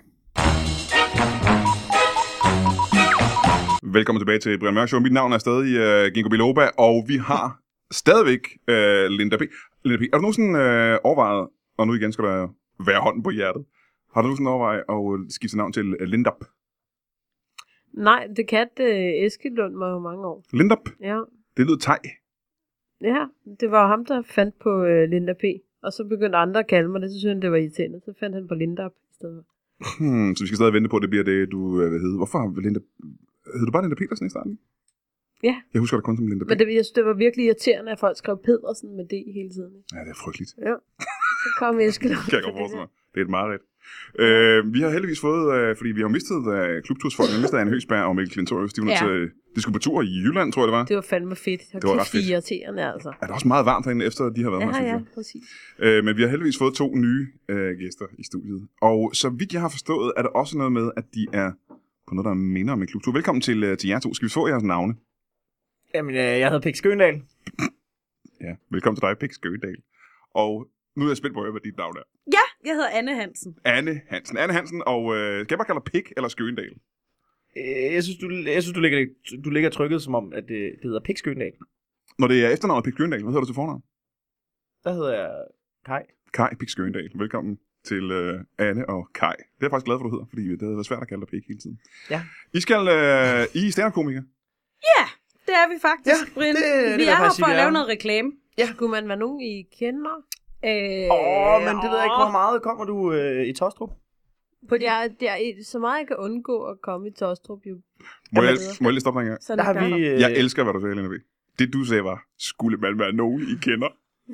Velkommen tilbage til Brian Mørk Show. Mit navn er stadig uh, Ginkgo Biloba, og vi har stadigvæk uh, Linda P. Linda P. Er du nogensinde uh, overvejet, og nu igen skal der være hånden på hjertet, har du nogensinde overvejet at skifte navn til uh, Lindap? Nej, det kan uh, Eskilund mig jo mange år. Lindap? Ja. Det lyder thai. Ja, det var ham, der fandt på uh, Linda P. Og så begyndte andre at kalde mig det, så synes han, det var irriterende. Så fandt han på Lindap i stedet. Hmm, så vi skal stadig vente på, at det bliver det, du uh, hvad hedder. Hvorfor har Linda... Hed du bare Linda Petersen i starten? Ja. Jeg husker det kun som Linda P. Men det, jeg synes, det var virkelig irriterende, at folk skrev Pedersen med det hele tiden. Ja, det er frygteligt. Ja. Så kom Eskilund. Kan jeg godt forestille mig. Det er et mareridt. Øh, vi har heldigvis fået, øh, fordi vi har mistet øh, klubtursfolk, vi har mistet Anne Høgsberg og Mikkel Klintorius. De var ja. til, de skulle på tur i Jylland, tror jeg det var. Det var fandme fedt. Det var ret fedt. Irriterende, altså. Er det også meget varmt herinde, efter de har været ja, her, synes ja, jeg. præcis. Øh, men vi har heldigvis fået to nye øh, gæster i studiet. Og så vidt jeg har forstået, er der også noget med, at de er på noget, der minder om en klubtur. Velkommen til, øh, til jer to. Skal vi få jeres navne? Jamen, øh, jeg hedder Pik Skøndal. Ja, velkommen til dig, Pik Skøndal. Og nu er jeg spændt på, hvad dit navn er. Ja, jeg hedder Anne Hansen. Anne Hansen. Anne Hansen, og øh, skal jeg bare kalde dig Pik eller Skøndal? Øh, jeg synes, du, jeg synes, du ligger, du ligger trykket som om, at det, det hedder Pik Skøndal. Når det er efternavnet Pik Skøndal, hvad hedder du til fornavn? Der hedder jeg Kai. Kai Pik Skøndal. Velkommen til øh, Anne og Kai. Det er jeg faktisk glad for, du hedder, fordi det havde været svært at kalde dig Pik hele tiden. Ja. I skal øh, I er stand-up-komikere? Ja, det er vi faktisk, ja, Brian. det, vi det er her sige, for at lave er. noget reklame. Ja. Skulle man være nogen, I kender? Åh, Åh, oh, men det ved jeg ikke, hvor meget kommer du øh, i Tostrup? På det er, det er så meget, jeg kan undgå at komme i Tostrup. Jo. Må jeg, må jeg lige stoppe dig en gang? Sådan Der har vi, øh... Jeg elsker, hvad du sagde, Lena V. Det du sagde var, skulle man være nogen, I kender?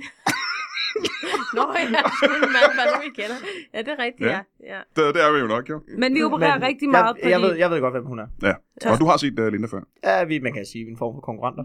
Nå ja, skulle man være nogen, I kender. Ja, det er rigtigt, ja. ja. Det, det er vi jo nok, jo. Men vi opererer Men rigtig meget jeg, på jeg, de... ved, jeg ved godt, hvem hun er. Ja, og du har set uh, Linda før? Ja, vi, man kan sige, vi er en form for konkurrenter.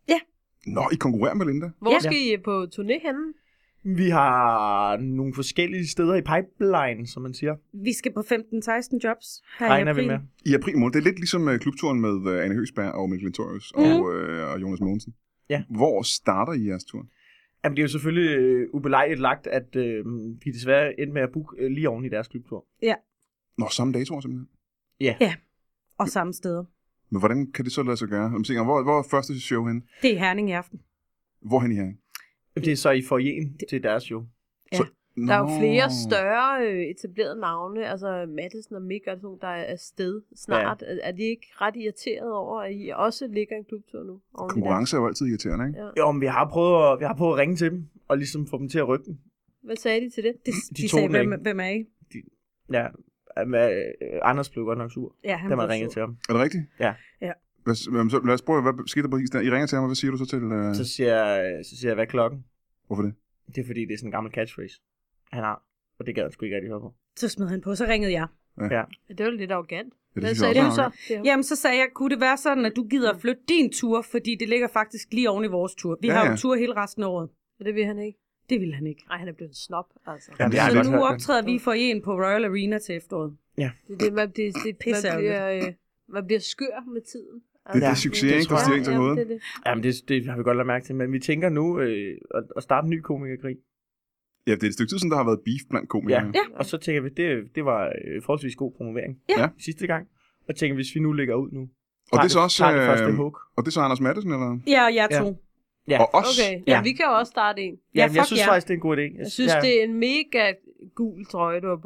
Nå, I konkurrerer med Linda? Hvor Ja. skal I på turné henne? Vi har nogle forskellige steder i pipeline, som man siger. Vi skal på femten seksten jobs her i Regner vi april. med. I april måned. Det er lidt ligesom uh, klubturen med uh, Anne Høgsberg og Mikkel Klintorius mm. og, uh, og Jonas Mogensen. Ja. Hvor starter I jeres tur? Jamen, det er jo selvfølgelig øh, ubelejligt lagt, at øh, vi desværre endte med at booke øh, lige oven i deres klubtur. Nå, samme dato simpelthen. Ja. Ja. Og samme steder. Men hvordan kan det så lade sig gøre? Hvor, hvor er første show hen? Det er Herning i aften. Hvor hen i Herning? Det er så i foyeren til deres show. Ja. Der er jo flere større øh, etablerede navne, altså Madison og Mick og sådan nogle, der er afsted snart. Ja. Er, er de ikke ret irriteret over, at I også ligger en klubtur nu? Konkurrence er jo altid irriterende, ikke? Ja. Jo, men vi har prøvet at, vi har prøvet at ringe til dem, og ligesom få dem til at rykke den. Hvad sagde de til det? De, De de tog sagde, den ikke. hvem, hvem er I? Ja, men, øh, Anders blev godt nok sur, Ja, han da man blev ringede sur. til ham. Er det rigtigt? Ja. Ja. Hvad, hvad, så, lad os prøve, hvad skete der præcis der? I ringer til ham, og hvad siger du så til? Uh... Så siger, jeg, så siger jeg, hvad er klokken? Hvorfor det? Det er fordi, det er sådan en gammel catchphrase, han har. Og det gad han sgu ikke rigtig høre på. Så smed han på, så ringede jeg. Ja. Det var lidt arrogant. Ja, Hvad synes sagde jeg du også så? er til ham? Jamen, så sagde jeg, kunne det være sådan, at du gider at flytte din tur, fordi det ligger faktisk lige oven i vores tur. Vi Ja, har ja. jo tur hele resten af året. Og det vil han ikke. Det ville han ikke. Nej, han er blevet en snop, altså. Jamen, det har jeg Så godt nu hørt. optræder vi for en på Royal Arena til efteråret. Det er det, man, det, det, Pisse man, bliver, øh, man bliver skør med tiden. Det, det er Ja, succes, det ikke? tror Der jeg. stiger ind til ja, hovedet. det, er det. Jamen, det, det har vi godt lagt mærke til. Men vi tænker nu øh, at, at starte en ny komikerkrig. Ja, det er et stykke tid siden, der har været beef blandt komikere. Ja. Og så tænker vi, det, det var øh, forholdsvis god promovering Ja. sidste gang. Og tænker, hvis vi nu lægger ud nu. Og det er så også, tager det første øh, hook. og det er så Anders Madsen, eller? Ja, og jeg Ja. to. Ja. Og os? Okay, ja, Ja. vi kan jo også starte en. Ja, Ja, men jeg fuck synes ja. faktisk, det er en god idé. Jeg synes, ja. det er en mega gul trøje, du har på.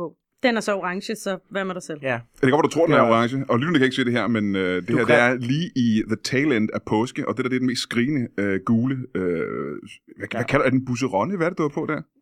Den er så orange, så hvad med dig selv? Ja. Det kan godt, du tror, den er Ja. orange, og lytterne kan ikke se det her, men øh, det Du her kan- det er lige i the tail end af påske, og det der det er den mest skrigende øh, gule, øh, hvad, ja. hvad kalder den, busseronne? Hvad er det, du har på der?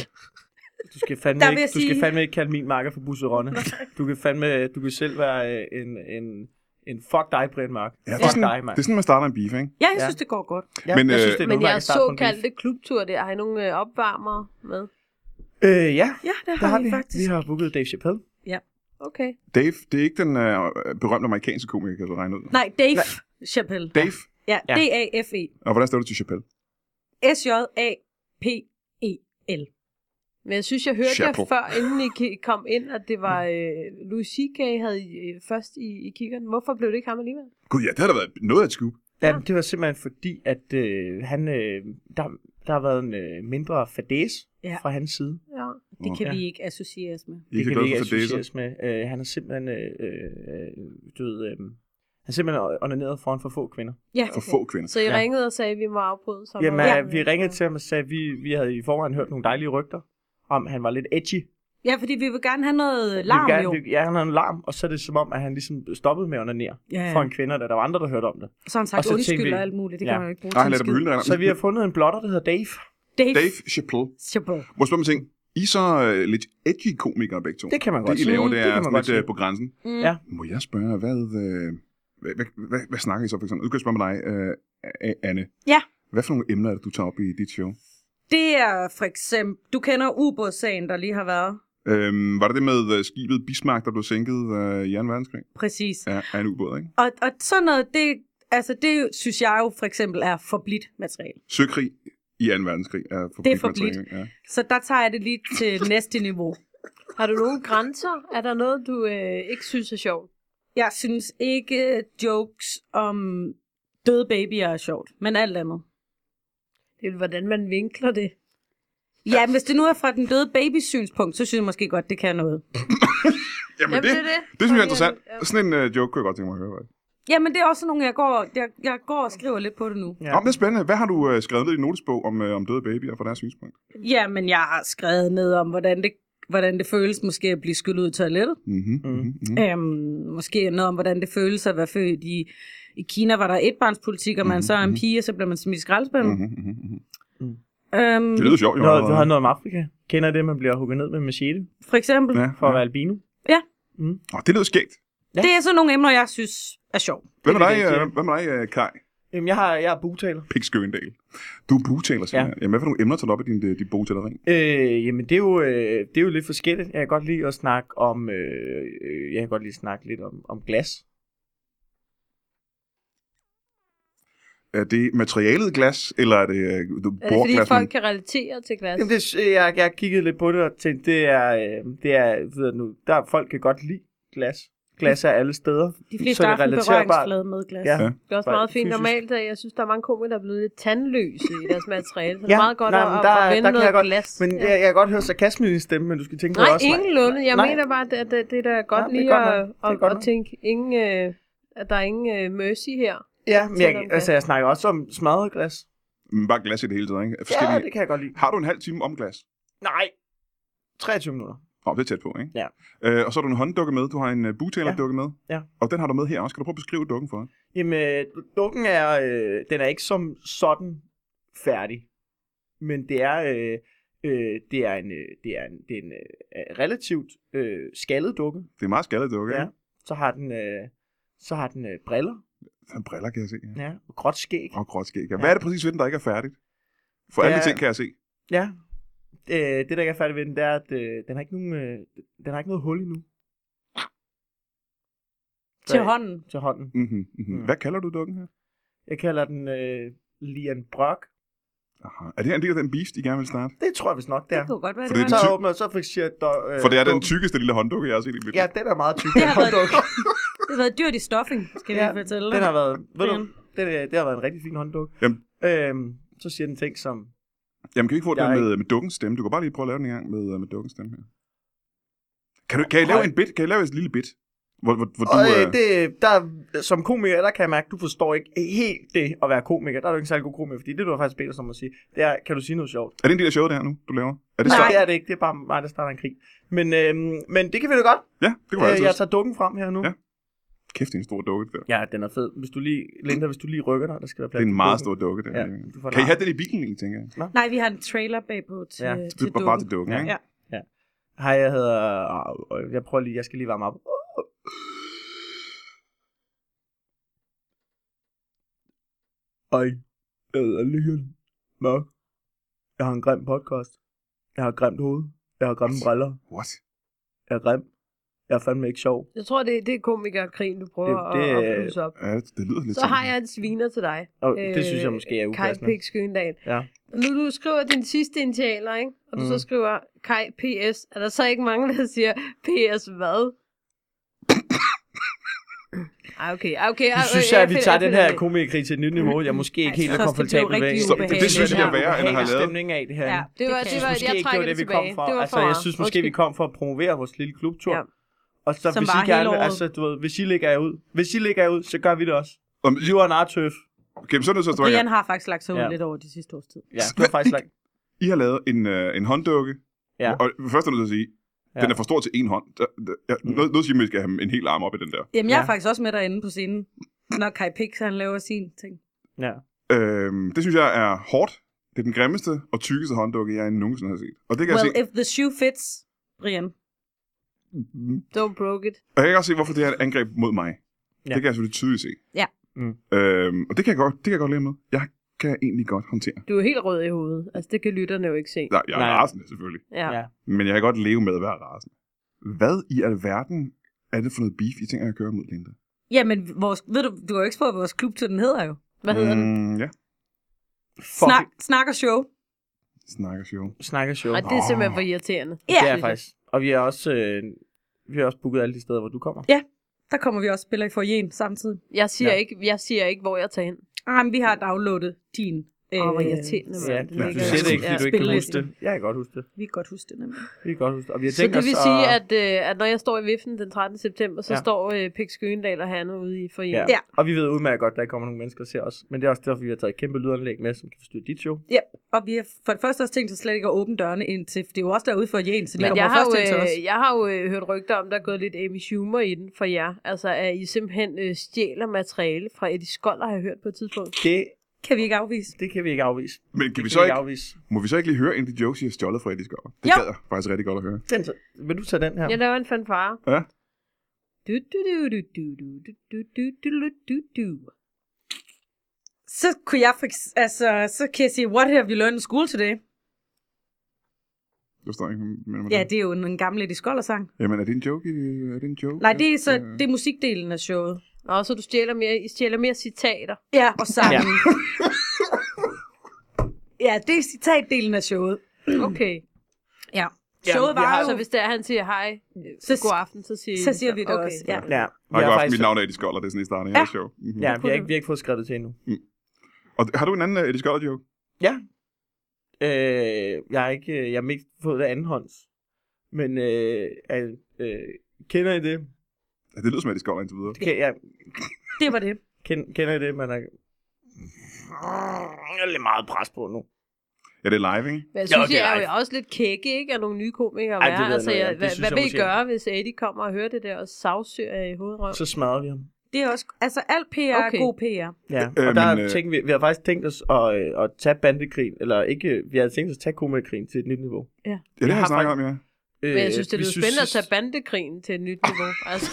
Du skal fandme, Der vil ikke, jeg du skal sige- fandme ikke kalde min makker for busseronne. Du kan fandme, du kan selv være øh, en, en, en fuck dig, Brian Mark. Ja, det, Fuck er sådan, dig, mand. det er sådan, man starter en beef, ikke? Ja, jeg Ja. synes, det går godt. Ja, Men, jeg synes, øh, det er Men noget, man kan jeres starte på en beef. såkaldte klubtur der, har I nogle øh, opvarmere med? Øh, ja, Ja, det det har, har vi vi. faktisk. Vi har booket Dave Chappelle. Okay. Dave, det er ikke den øh, berømte amerikanske komiker, kan du regne ud. Nej, Dave Chappelle. Dave? Ja, Ja. D A F E. Og hvordan står du til Chappelle? S J A P E L. Men jeg synes, jeg hørte Chapeau. jer før, inden I ki- kom ind, at det var øh, Louis C K havde I, øh, først i, i kiggeren. Hvorfor blev det ikke ham alligevel? Gud, ja, det har da været noget af et scoop. Ja, det var simpelthen fordi, at øh, han, øh, der, der har været en øh, mindre fadæs Ja. fra hans side. Ja. Det kan Ja. vi ikke associeres med. I Det kan kan vi godt ikke for Fadæser. associeres med. Øh, han er simpelthen, øh, øh, du ved, øh, han er simpelthen onaneret foran for få kvinder. Ja, For få kvinder. Så I Ja. ringede og sagde, at vi må afbryde sammen. Jamen, Ja. ja. vi ringede til ham og sagde, at vi, vi havde i forvejen hørt nogle dejlige rygter om, at han var lidt edgy. ja, fordi vi vil gerne have noget Vi larm, vil gerne, jo. vi, ja, han havde en larm, og så er det som om, at han ligesom stoppede med at onanere Ja, ja. foran kvinder, da der var andre, der hørte om det. Så har han Og sagt så tænkte undskyld vi- og alt muligt. Det Ja. kan man jo ikke bruge Nej, til lad en dig på hylden. skid. Så vi har fundet en blotter, der hedder Dave. Dave, Dave Chappelle. Chappelle. Må jeg spørge mig ting? I er så øh, lidt edgy komikere begge to. Det kan man godt Det, I sige. laver, det Det er kan man sådan godt lidt øh, sige. på grænsen. Mm. Ja. Må jeg spørge, hvad, øh, hvad, hvad, hvad, hvad snakker I så for eksempel? Nu kan jeg spørge med dig, øh, Anne. Ja. Hvad for nogle emner er det, du tager op i dit show? Det er for eksempel, du kender ubådssagen, der lige har været. Øhm, var det det med øh, skibet Bismarck, der blev sænket øh, i anden verdenskrig? Præcis. Ja, af en ubåd, ikke? Og, og sådan noget, det, altså det synes jeg jo for eksempel er forblidt materiale. Søkrig i anden verdenskrig er forblidt. Det er forblidt. materiale, Ja. Så der tager jeg det lige til næste niveau. Har du nogle grænser? Er der noget, du øh, ikke synes er sjovt? Jeg synes ikke jokes om døde babyer er sjovt, men alt andet. Det er jo, hvordan man vinkler det. Ja, men hvis det nu er fra den døde babys synspunkt, så synes jeg måske godt, det kan noget. Jamen, Jamen, det, det er det. det synes jeg er Ja, interessant. ja. Sådan en øh, joke kunne jeg godt tænke mig at høre. Jamen, det er også nogle, jeg går, jeg, jeg går og skriver lidt på det nu. Ja. Om det er spændende. Hvad har du øh, skrevet ned i notesbog om, øh, om døde babyer fra deres synspunkt? Ja, men jeg har skrevet ned om, hvordan det, hvordan det føles måske at blive skyllet ud i toilettet. Mm-hmm, mm-hmm, mm-hmm. Øhm, måske noget om, hvordan det føles at være født i... I Kina var der etbarnspolitik, og man Mhm, så er en mhm. pige, og så bliver man smidt i skraldespanden. Mm-hmm, mm-hmm. Øhm, Det lyder sjovt, jo. Noget, du har noget om Afrika. Kender I det, man bliver hugget ned med machete for eksempel. Ja, for at ja. være albino? Oh, det lyder skægt. Ja. Det er sådan nogle emner, jeg synes er sjovt. Hvad med Det er dig, det, øh, hvad med dig øh, Kai? Jamen, jeg har, jeg er bugtaler. Pik Skøndal. Du er bugtaler, siger Ja. jeg. Jamen, hvad for nogle emner tager du op i din, din bogtaleri? Øh, jamen, det er, jo, øh, det er jo lidt forskelligt. Jeg kan godt lide at snakke om, øh, øh, jeg kan godt lide at snakke lidt om, om glas. Er det materialet glas, eller er det øh, Er det fordi, bordglas? folk kan relatere til glas? Jamen, det, jeg, jeg kiggede lidt på det og tænkte, det er, øh, det er ved jeg nu, der folk kan godt lide glas. Glas er alle steder. De fleste Så er har det haft en relaterbart. berøringsflade med glas. Ja. Ja. Det er også Bare meget fint. fysisk. Normalt, at jeg synes, der er mange komikere, der er blevet lidt tandløse i deres materiale. Så det Ja, er meget godt nej, at, men at, der- at vende der kan noget jeg godt- glas. Men jeg, jeg kan godt høre sarkasme i din stemme, men du skal tænke på Nej, også. ingenlunde. Jeg Nej. mener bare, at det, det er da godt Ja, det er lige godt nok. at, Det er at, godt at nok. tænke, ingen, øh, at der er ingen øh, mercy her. Ja, men Sådan jeg, glas. altså, jeg snakker også om smadret glas. Men bare glas i det hele taget, ikke? Ja, Forskellige... det kan jeg godt lide. Har du en halv time om glas? Nej, treogtyve minutter. Åh, oh, det er tæt på, ikke? Ja. Øh, og så har du en hånddukke med. Du har en uh, bugtalerdukke med. Ja. Og den har du med her også. Kan du prøve at beskrive dukken for os? Jamen, dukken er, øh, den er ikke som sådan færdig. Men det er, øh, øh, det er en, øh, det er en, det er en øh, relativt øh, skaldet dukke. Det er meget skaldet dukke, Ja. ikke? Så har den, øh, så har den øh, briller. Den briller, kan jeg se. Ja. Ja. Og gråt skæg. Og gråt skæg. Ja. Hvad er det præcis ved den, der ikke er færdigt? For Det alle de er- ting kan jeg se. Ja. Øh, det, der ikke er færdigt ved den, det er, at øh, den, har ikke nogen, øh, den har ikke noget hul endnu. Til Så- hånden. Til hånden. Mm-hmm, mm-hmm. Mm. Hvad kalder du dukken her? Jeg kalder den øh, Lian Brok. Aha. Er det her en del af den beast, I gerne vil starte? Det tror jeg vist nok, det Det er. kunne godt være, For det det var er Så tyk- åbner jeg, så fik jeg... Øh, For det er den dukken. tykkeste lille hånddukke, jeg har set i mit liv. Ja, den er meget tyk. Det den har været- hånddukke. Det har været dyrt i stuffing, skal Ja, vi fortælle Den dig. har været, ved du, Brian. det, det har været en rigtig fin hånddukke. Jamen. Øhm, så siger den ting som... Jamen, kan vi ikke få Jeg den er med, med dukkens stemme? Du kan bare lige prøve at lave den en gang med, med dukkens stemme her. Kan, du, kan I lave Høj. en bit? Kan I lave et lille bit? Hvor, hvor, hvor Og du, øh, øh, det, der, som komiker, der kan jeg mærke, du forstår ikke helt det at være komiker. Der er du ikke en særlig god komiker, fordi det, du har faktisk bedt os om at sige, det er, kan du sige noget sjovt? er det en del af showet, det her nu, du laver? Er det Nej, så? det er det ikke. Det er bare mig, der starter en krig. Men, øhm, men det kan vi da godt. Ja, det kunne være Øh, jeg altid. tager dukken frem her nu. Ja. Kæft, det er en stor dukke, det der. Ja, den er fed. Hvis du lige, Linda, hvis du lige rykker dig, der skal være plads. Det er en til meget dukken. stor dukke, det Ja, ja, du får Kan I den. have den i bilen, egentlig, tænker jeg? Nej, vi har en trailer bagpå til, Ja, ja, Det til er bare, bare til dukken, Ja. ikke? Ja. Hej, jeg hedder... øh, Jeg prøver lige, jeg skal lige varme op. Hej, jeg hedder Leon Mørk. Jeg har en grim podcast. Jeg har et grimt hoved. Jeg har grimme briller. What? Jeg er grim. Jeg er fandme ikke sjov. Jeg tror, det, det er komikerkrigen, du prøver Det- det at, er- at blusse op. Ja, det, det lyder lidt Så har jeg en sviner til dig. Og det synes jeg måske er Kai upassende. Pik Skøndal. Ja. Nu du skriver din sidste initialer, ikke? Og du mm. så skriver Kai P S. Er der så ikke mange, der siger P S hvad? Ej, okay. Ej, okay. Nu synes jeg, at vi tager den her komikerkrig til et nyt niveau. Jeg er måske ikke helt Jeg synes, det komfortabel blev med. rigtig Så, det, det synes jeg er værre, end at have lavet. stemning af det her. Ja, det var, Det det, kan var, jeg Måske jeg ikke, det trækker var det det, vi tilbage. kom fra. Det var Altså, for jeg meget. synes måske, vi kom for at promovere vores lille klubtur. Ja. Og så Som hvis var I gerne, hele året. altså, du ved, hvis I lægger jer ud, hvis I lægger jer ud, så gør vi det også. Om, You are not tøf. okay, men så er det så, at Brian har faktisk lagt sig ud Ja. lidt over de sidste års tid. Ja, du har faktisk lagt. I har lavet en, øh, en hånddukke. Ja. Og først er jeg nødt til at sige, Ja. den er for stor til en hånd. Der, der, ja, noget, noget siger, at vi skal have en hel arm op i den der. Jamen, jeg er Ja. faktisk også med derinde på scenen, når Kai Pix, han laver sin ting. Ja. Øhm, det synes jeg er hårdt. Det er den grimmeste og tykkeste hånddukke, jeg nogensinde har set. Og det kan Well, jeg if the shoe fits, Brian. se. Don't broke it. Og jeg kan også se, hvorfor det er et angreb mod mig. Ja. Det kan jeg selvfølgelig tydeligt se. Ja. Mm. Øhm, og det kan jeg godt, det kan jeg godt leve med. Jeg kan egentlig godt håndtere. Du er helt rød i hovedet. Altså, det kan lytterne jo ikke se. Nej, jeg er Nej. rasende selvfølgelig. Ja. Ja. Men jeg kan godt leve med at være rasende. Hvad i alverden er det for noget beef, I tænker at køre mod, Linda? Jamen, vores, ved du, du har jo ikke spurgt, hvad vores klubtur den hedder jo. Hvad hedder den? Mm, ja, Snak, snak og show. snakker show. Snakker show. Ej, det er simpelthen for irriterende. Ja, Det er faktisk. Og vi har også, øh, vi har også booket alle de steder, hvor du kommer. der kommer vi også spiller i foyeren samtidig. Jeg siger, Ja. ikke, jeg siger ikke, hvor jeg tager hen. Ah, men vi har downloadet din. Åh, hvor irriterende, Ja, mand. du Det ligger- siger det ikke, fordi Ja, du ikke kan spilleliste. huske det. Jeg kan godt huske det. Vi kan godt huske det nemlig. Vi kan godt huske det. Og vi har Så tænkt det os vil at- sige, at, øh, at når jeg står i viften den trettende september, så Ja. ja. står øh, Pik Skøndal og Hanne ude i Ja. foyeren. Ja. Og vi ved udmærket godt, at der ikke kommer nogen mennesker og ser os. Men det er også derfor, vi har taget et kæmpe lydanlæg med, som kan forstyrre dit show. Ja, og vi har for det første også tænkt os slet ikke at åbne dørene ind til, for det er jo også derude for Jen, så de Men kommer jeg har, først jo, ind til os. øh, jeg har jo øh, hørt rygter om, der er gået lidt Amy Schumer i den for jer. Altså, at I simpelthen øh, stjæler materiale fra Eddie Skoller, har jeg hørt på et tidspunkt. Det, Kan vi ikke afvise? det kan vi ikke afvise. Men kan Det vi kan så vi ikke, afvise. må vi så ikke lige høre en af de jokes, I har stjålet fra Eddie Skoller? Det Jo. gad jeg faktisk rigtig godt at høre. Den, så- vil du tage den her? Jeg laver en fanfare. Ja. Du, du, du, du, du, du, du, du, du, du, du, du. Så kunne jeg for, eks- altså, så kan jeg sige, what have you learned in school today? Du forstår ikke, men, Ja, det er jo en, en gammel Eddie Skoller-sang. Jamen, er det en joke? i- Er det en joke? Nej, det er så Ja. det er musikdelen af showet. Nå, så du stjæler mere, I stjæler mere citater. Ja, og sangen. Ja. ja, det er citatdelen af showet. Okay. Ja. Ja, Showet vi var har- jo... Så hvis det er, han siger hej, Så- så god aften, så siger I så siger vi det okay. også, ja. Ja, Og vi jeg har har haft faktisk... mit navn af Eddie Skoller, det er sådan, I starter i Ja. ja. show. Mm-hmm. Ja, vi har, ikke, vi har ikke fået skrevet det til endnu. Og har du en anden uh, Eddie Skoller joke? Ja. Øh, jeg har ikke, jeg har ikke fået det andenhånds. Men øh, øh, øh, kender I det? Ja, det lyder som Eddie Skoller indtil videre. Kan, jeg, Det var det. kend, kender I det? Man er... Jeg er lidt meget pres på nu. Ja, det er live, ikke? Men jeg Jo, synes, det jeg er er jo live. også lidt kække, ikke? Af nogle nye komikere Ej, at det være. ved Altså, jeg jeg, noget, ja. Det hvad, synes hvad jeg vil I måske- gøre, hvis Eddie kommer og hører det der og sagsøger jer i hovedrøv? Så smadrer vi ham. Det er også... Altså, alt P R er Okay. god P R. Ja, Øh, og der men, øh, tænker vi, vi har faktisk tænkt os at, øh, at tage bandekrigen, eller ikke, vi har tænkt os at tage komikerkrigen til et nyt niveau. Ja, det Jeg har har jeg snakket om, faktisk- ja. Men jeg synes, det vi lyder spændende at tage bandekrigen til et nyt niveau. Altså,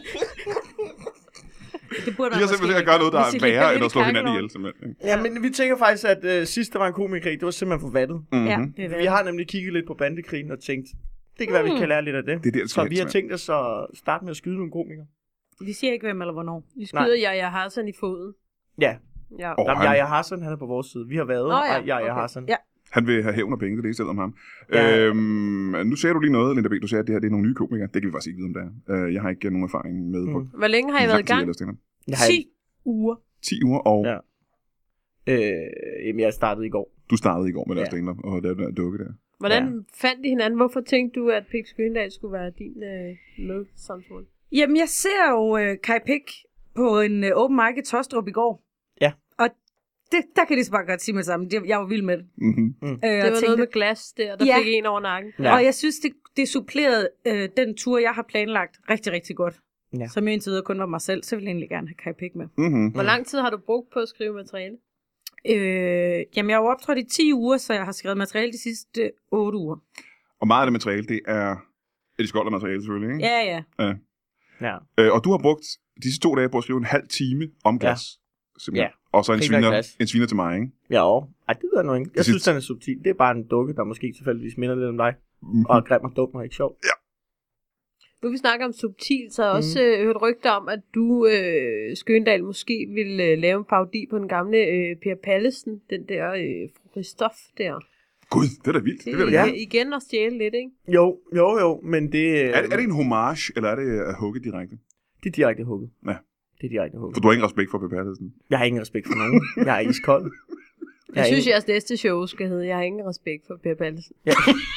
Det burde De man har måske simpelthen ikke gøre noget, der Hvis I er ligger værre, lidt end i at slå hinanden kakkelovnen. ihjel, simpelthen. Ja, men vi tænker faktisk, at øh, sidst der var en komikerkrig, det var simpelthen for vattet. Mm-hmm. Ja, det er Vi vel. har nemlig kigget lidt på bandekrigen og tænkt, det kan være, vi kan lære lidt af det. Det er der, det Så skal vi har hen, tænkt os at starte med at skyde nogle komikere. Vi siger ikke, hvem eller hvornår. vi skyder jeg, jeg har sådan i foden. Ja, Ja. Åh, Jamen, han- Jaja Hassan, han er på vores side. Vi har været, Nå ja, og Jaja okay. Hassan. Ja. Han vil have hævn og penge, det er det, I selv om ham. Ja. Øhm, nu sagde du lige noget, Linda B. Du sagde, at det her det er nogle nye komikere. Det kan vi faktisk ikke vide, om det er. Øh, jeg har ikke nogen erfaring med på. Mm. Hvor længe har I været i gang? Jeg har ti uger. ti uger, og Ja. Øh, jamen, jeg startede i går. du startede i går med at Ja. lave stand-up og lave den der dukke der. Hvordan fandt I hinanden? Hvorfor tænkte du, at Pik Skøndal skulle være din øh, medsamsmål? Jamen, jeg ser jo uh, Kai Pick på en uh, open mic i Tostrup i går. Ja. Og det, der kan de så bare godt sige med sammen. Jeg var vild med det. Mm-hmm. Mm. Øh, Det var tænkte, noget med glas der, der Ja. fik en over nakken. Ja. Og jeg synes, det, det supplerede øh, den tur, jeg har planlagt rigtig, rigtig godt. Ja. Som jo indtil videre kun var mig selv, så ville jeg egentlig gerne have Kai Pick med. Mm-hmm. Hvor lang tid har du brugt på at skrive materiale? Øh, jamen, jeg har jo optrådt i ti uger, så jeg har skrevet materiale de sidste otte uger. Og meget af det materiale, det er Eddie Skoller materiale selvfølgelig, ikke? Ja, ja. Ja. Ja. Øh, og du har brugt de sidste to dage på at skrive en halv time om glas. Ja. Ja. Og så en Primært sviner, glas. en sviner til mig, ikke? Ja, og. Ej, det ved jeg nu ikke. Jeg Det synes, sidste- den er subtil. Det er bare en dukke, der måske tilfældigvis minder lidt om dig. Mm-hmm. Og grim og dum og ikke sjov. Nu vi snakker om subtil, så har jeg også øh, hørt rygter om, at du, øh, Skøndal, måske ville øh, lave en parodi på den gamle øh, Per Pallesen, den der øh, fru Christoph der. Gud, det er da vildt. Det, Det det er, er da ja. igen at stjæle lidt, ikke? Jo, jo, jo, men det... er, det, er det en homage, eller er det at hugge direkte? Det er direkte hugget. Ja. Det er direkte hugget. For du har ingen respekt for Per Pallesen. Jeg har ingen respekt for nogen. Jeg er iskold. Jeg, Jeg er synes, ingen... jeres næste show skal hedde, jeg har ingen respekt for Per Pallesen. Ja.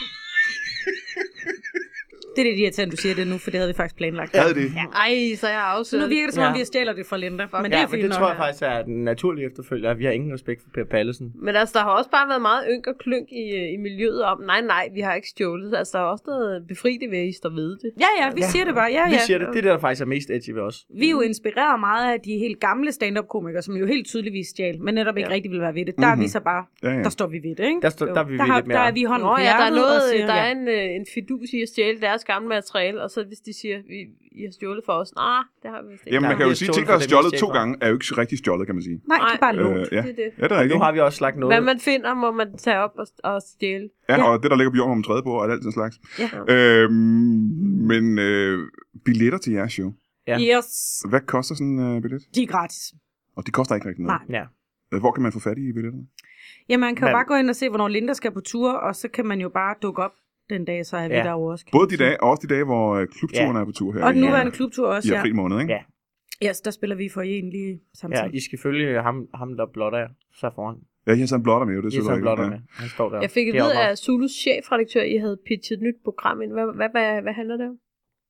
Det er lidt irriterende, du siger det nu, for det havde vi faktisk planlagt. Er det det? Ja. Ej, så jeg har Så nu afsløret. virker det som om, Ja. vi stjæler det fra Linda. Men det ja, er men fint det nok. tror jeg faktisk er den naturlige efterfølger. Vi har ingen respekt for Per Pallesen. Men altså, der har også bare været meget ynk og klynk i, øh, i miljøet om, nej, nej, vi har ikke stjålet. Altså, der er også noget befriende ved, at I står ved det. Ja, ja, vi Ja. siger det bare. Ja, Vi ja. siger det. Det er det, der faktisk er mest edgy ved os. Vi er jo inspireret meget af de helt gamle stand-up-komikere, som jo helt tydeligvis stjal, men netop ikke Ja. rigtig vil være ved det. Der er vi Mhm. så bare, Ja, ja. der står vi ved det, ikke? Der, står, der er vi Der, vi har, lidt mere... der er vi hånden Nå på ja, der er, hjertet noget, og siger, der ja. er en, øh, en fidus i at stjæle deres gamle materiale, og så hvis de siger, vi, I har stjålet for os. Nej, det har vi vist ikke. Jamen, man Der kan har jo vi sige, stjålet ting, der er for dem, stjålet vi to stjæler. gange, er jo ikke rigtig stjålet, kan man sige. Nej, det er bare lånt. Øh, ja. Det er det. Ja, det er rigtigt. Nu har vi også lagt noget. Hvad man finder, må man tage op og, og stjæle. Ja, og det, der ligger på jorden om tredje på, og alt den slags. Ja. Øhm, men øh, billetter til jeres show. Ja. Yes, Hvad koster sådan en øh, billet? de er gratis. Og det koster ikke rigtig noget. Nej. Ja. Øh, Hvor kan man få fat i billetterne? Ja, man kan jo Men- bare gå ind og se, hvornår Linda skal på tur, og så kan man jo bare dukke op den dag, så er vi Ja. der jo også. Både de dage, og også de dage, hvor øh, klubturen Ja. er på tur her Og den i, nuværende klubtur også, i ja. april måned, ikke? Ja. Ja, så der spiller vi for en lige Ja, samtidig. I skal følge ham, ham der blotter sig foran. Ja, jeg har sådan en blotter med, jo, det I er er sådan så blotter ja. med. Han står der. Jeg fik at Deroppe. vide af Zulus chefredaktør, I havde pitchet et nyt program ind. Hvad, hvad, hvad, hvad handler det om?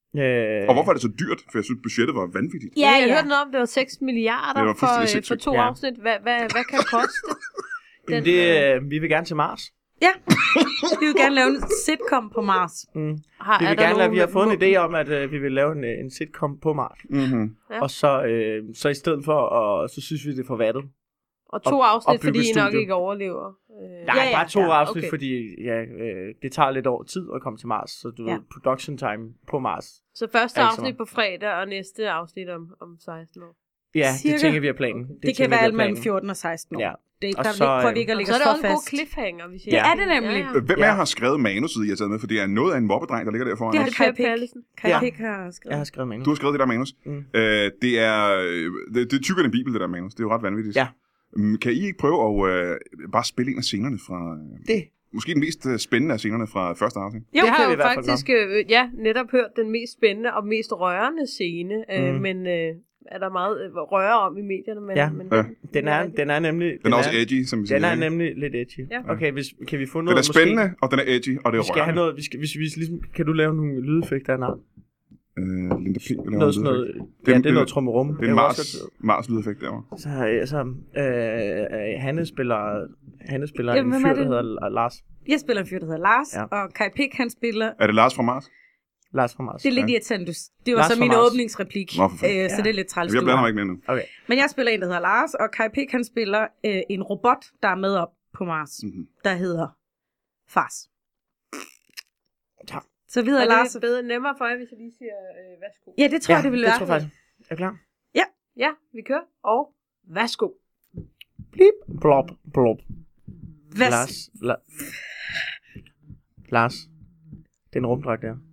Øh, Og hvorfor er det så dyrt? For jeg synes, budgettet var vanvittigt. Ja, jeg ja. hørte noget om, det var seks milliarder Det var for, fuldstændig øh, for sindssygt. to Ja. afsnit. Hvad, hvad, hvad kan det koste? Jamen, Den, det, øh, øh, vi vil gerne til Mars. Ja, vi vil gerne lave en sitcom på Mars. Mm. har, Vi er vil der gerne lave, vi har nogen- fået en idé om, at øh, vi vil lave en, øh, en sitcom på Mars. Mm-hmm. Ja. Og så, øh, så i stedet for, og, så synes vi, det er for vattet. Og to og- afsnit, og bygge fordi I nok studio. ikke overlever. Øh, Nej, Ja, ja, bare to ja, afsnit, okay. fordi ja, øh, det tager lidt over tid at komme til Mars. Så du Ja. ved, production time på Mars. Så første Er ikke så afsnit meget. på fredag, og næste afsnit om, om seksten år. Ja, Cirka. det tænker vi er planen. Det, det tænker kan vi være er alt mellem planen. fjorten og seksten år. Ja. Det, Og der så, så, prøver øh, vi ikke at Og lægge så er os det for også en god fast. cliffhanger, hvis jeg Det er det nemlig. Ja, ja. Hvem af Ja. jer har skrevet manuset, I har taget med? For det er noget af en mobbedreng, der ligger der foran Det har os. Kai Per Pick. Pallesen. Kai Ja. Pick har skrevet. Jeg har skrevet manus. Du har skrevet det der manus. Mm. Øh, det, er, øh, det, det er tykkere end en bibel, det der manus. Det er jo ret vanvittigt. Ja. Mm, Kan I ikke prøve at øh, bare spille en af scenerne fra... Øh, Det. måske den mest øh, spændende af scenerne fra første afsnit? Jo, Det det har kan jeg vi jo i hvert fald faktisk øh, ja, netop hørt den mest spændende og mest rørende scene, øh, Mm. men øh, er der meget øh, røre om i medierne. Men, Ja. men Ja. Den er, den er nemlig... Den er også edgy, som vi siger. Den er ikke? nemlig lidt edgy. Ja. Okay, hvis, kan vi få Den noget... er spændende, og den er edgy, og det er Vi skal have rørende. noget... Vi skal, hvis, hvis, ligesom, kan du lave nogle lydeffekter af navn? Øh, Linda P. laver Noget en sådan noget... lydeffekt. Ja, Det er- det er noget trummerum. Det er Jeg en vil Mars, også- Mars lydeffekt derovre. Så, altså, øh, øh, Hanne spiller, Hanne spiller Jamen, en hvem fyr, er der det? hedder Lars. Jeg spiller en fyr, der hedder Lars, Ja. og Kai Pick, han spiller... Er det Lars fra Mars? Lars fra Mars. Det er lidt Ja. irriterende. du- Det var Lars så fra min Mars. åbningsreplik, Nå, for fanden. øh, så Ja. det er lidt træls. Jeg du blander har. mig ikke med nu. Okay. Men jeg spiller en, der hedder Lars, og Kai Pick, han spiller øh, en robot, der er med op på Mars, Mhm. der hedder Fars. Tak. Så vi hedder er Lars. det bedre nemmere for jer, hvis jeg lige siger øh, værsgo? Ja, det tror jeg, det vil det være. tror jeg faktisk. Er du klar? Ja, vi kører. Og værsgo. Blip, blop, blop. Hvad? Lars, la, Lars, den rumdragt der.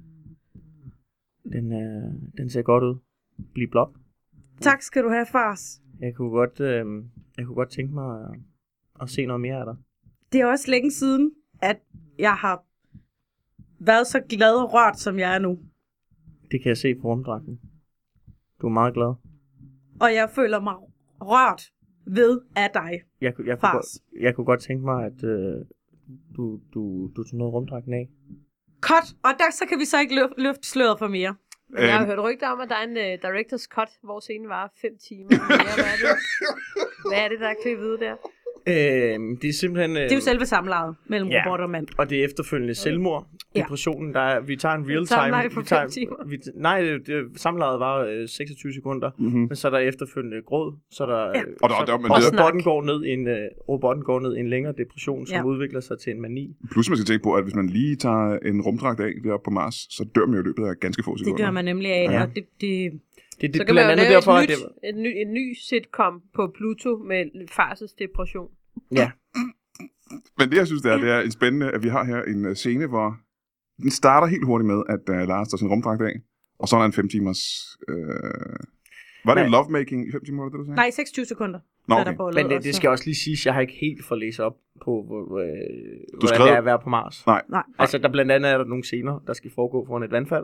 Den, øh, den ser godt ud. Bliv blop. Tak skal du have, Fars. Jeg kunne godt, øh, jeg kunne godt tænke mig at, at se noget mere af dig. Det er også længe siden, at jeg har været så glad og rørt, som jeg er nu. Det kan jeg se på rumdragten. Du er meget glad. Og jeg føler mig rørt ved af dig. Jeg, kunne- jeg, kunne, Fars. godt, jeg kunne godt tænke mig, at øh, du, du, du tog noget rumdragten af. Godt. Og der, så kan vi så ikke løfte, løfte sløret for mere. Men jeg har Øhm, hørt rygter om, at der er en uh, director's cut, hvor scenen var fem timer. Ja, hvad, er det? hvad er det, der er klippet ud der? Øh, det er simpelthen... Øh, Det er jo selve samlejet mellem Ja. robot og mand. Og det er efterfølgende selvmord. Ja. Depressionen, der er, vi tager en real samleje time. for Vi tager, fem timer. vi, nej, det, det, samlejet var øh, seksogtyve sekunder. Mhm. Men så er der efterfølgende gråd. Så er der, Ja. øh, Og der- så, der- men og det- robotten, går ned i en, øh, robotten går ned i en længere depression, som Ja. udvikler sig til en mani. Plus man skal tænke på, at hvis man lige tager en rumdragt af deroppe på Mars, så dør man jo i løbet af ganske få sekunder. Det dør man nemlig af, Ja. og det, det, Det, det Så er kan man blandt jo andet lave derfor, et, at nyt, det, et, ny, en ny sitcom på Pluto med Farsets depression. ja, Men det, jeg synes, det er, det er en spændende, at vi har her en uh, scene, hvor den starter helt hurtigt med, at uh, Lars tager sin rumdragt af, og så er der en fem timers... Uh... Var det Nej. en lovemaking i fem timer, var det det, du sagde? nej, seksogtyve sekunder. Nå, er okay. der på men det, det skal også lige siges, jeg har ikke helt fået læst op på, hvor, øh, hvordan skrev- det er at være på Mars. Nej. Nej. Altså, der blandt andet er der nogle scener, der skal foregå foran et vandfald.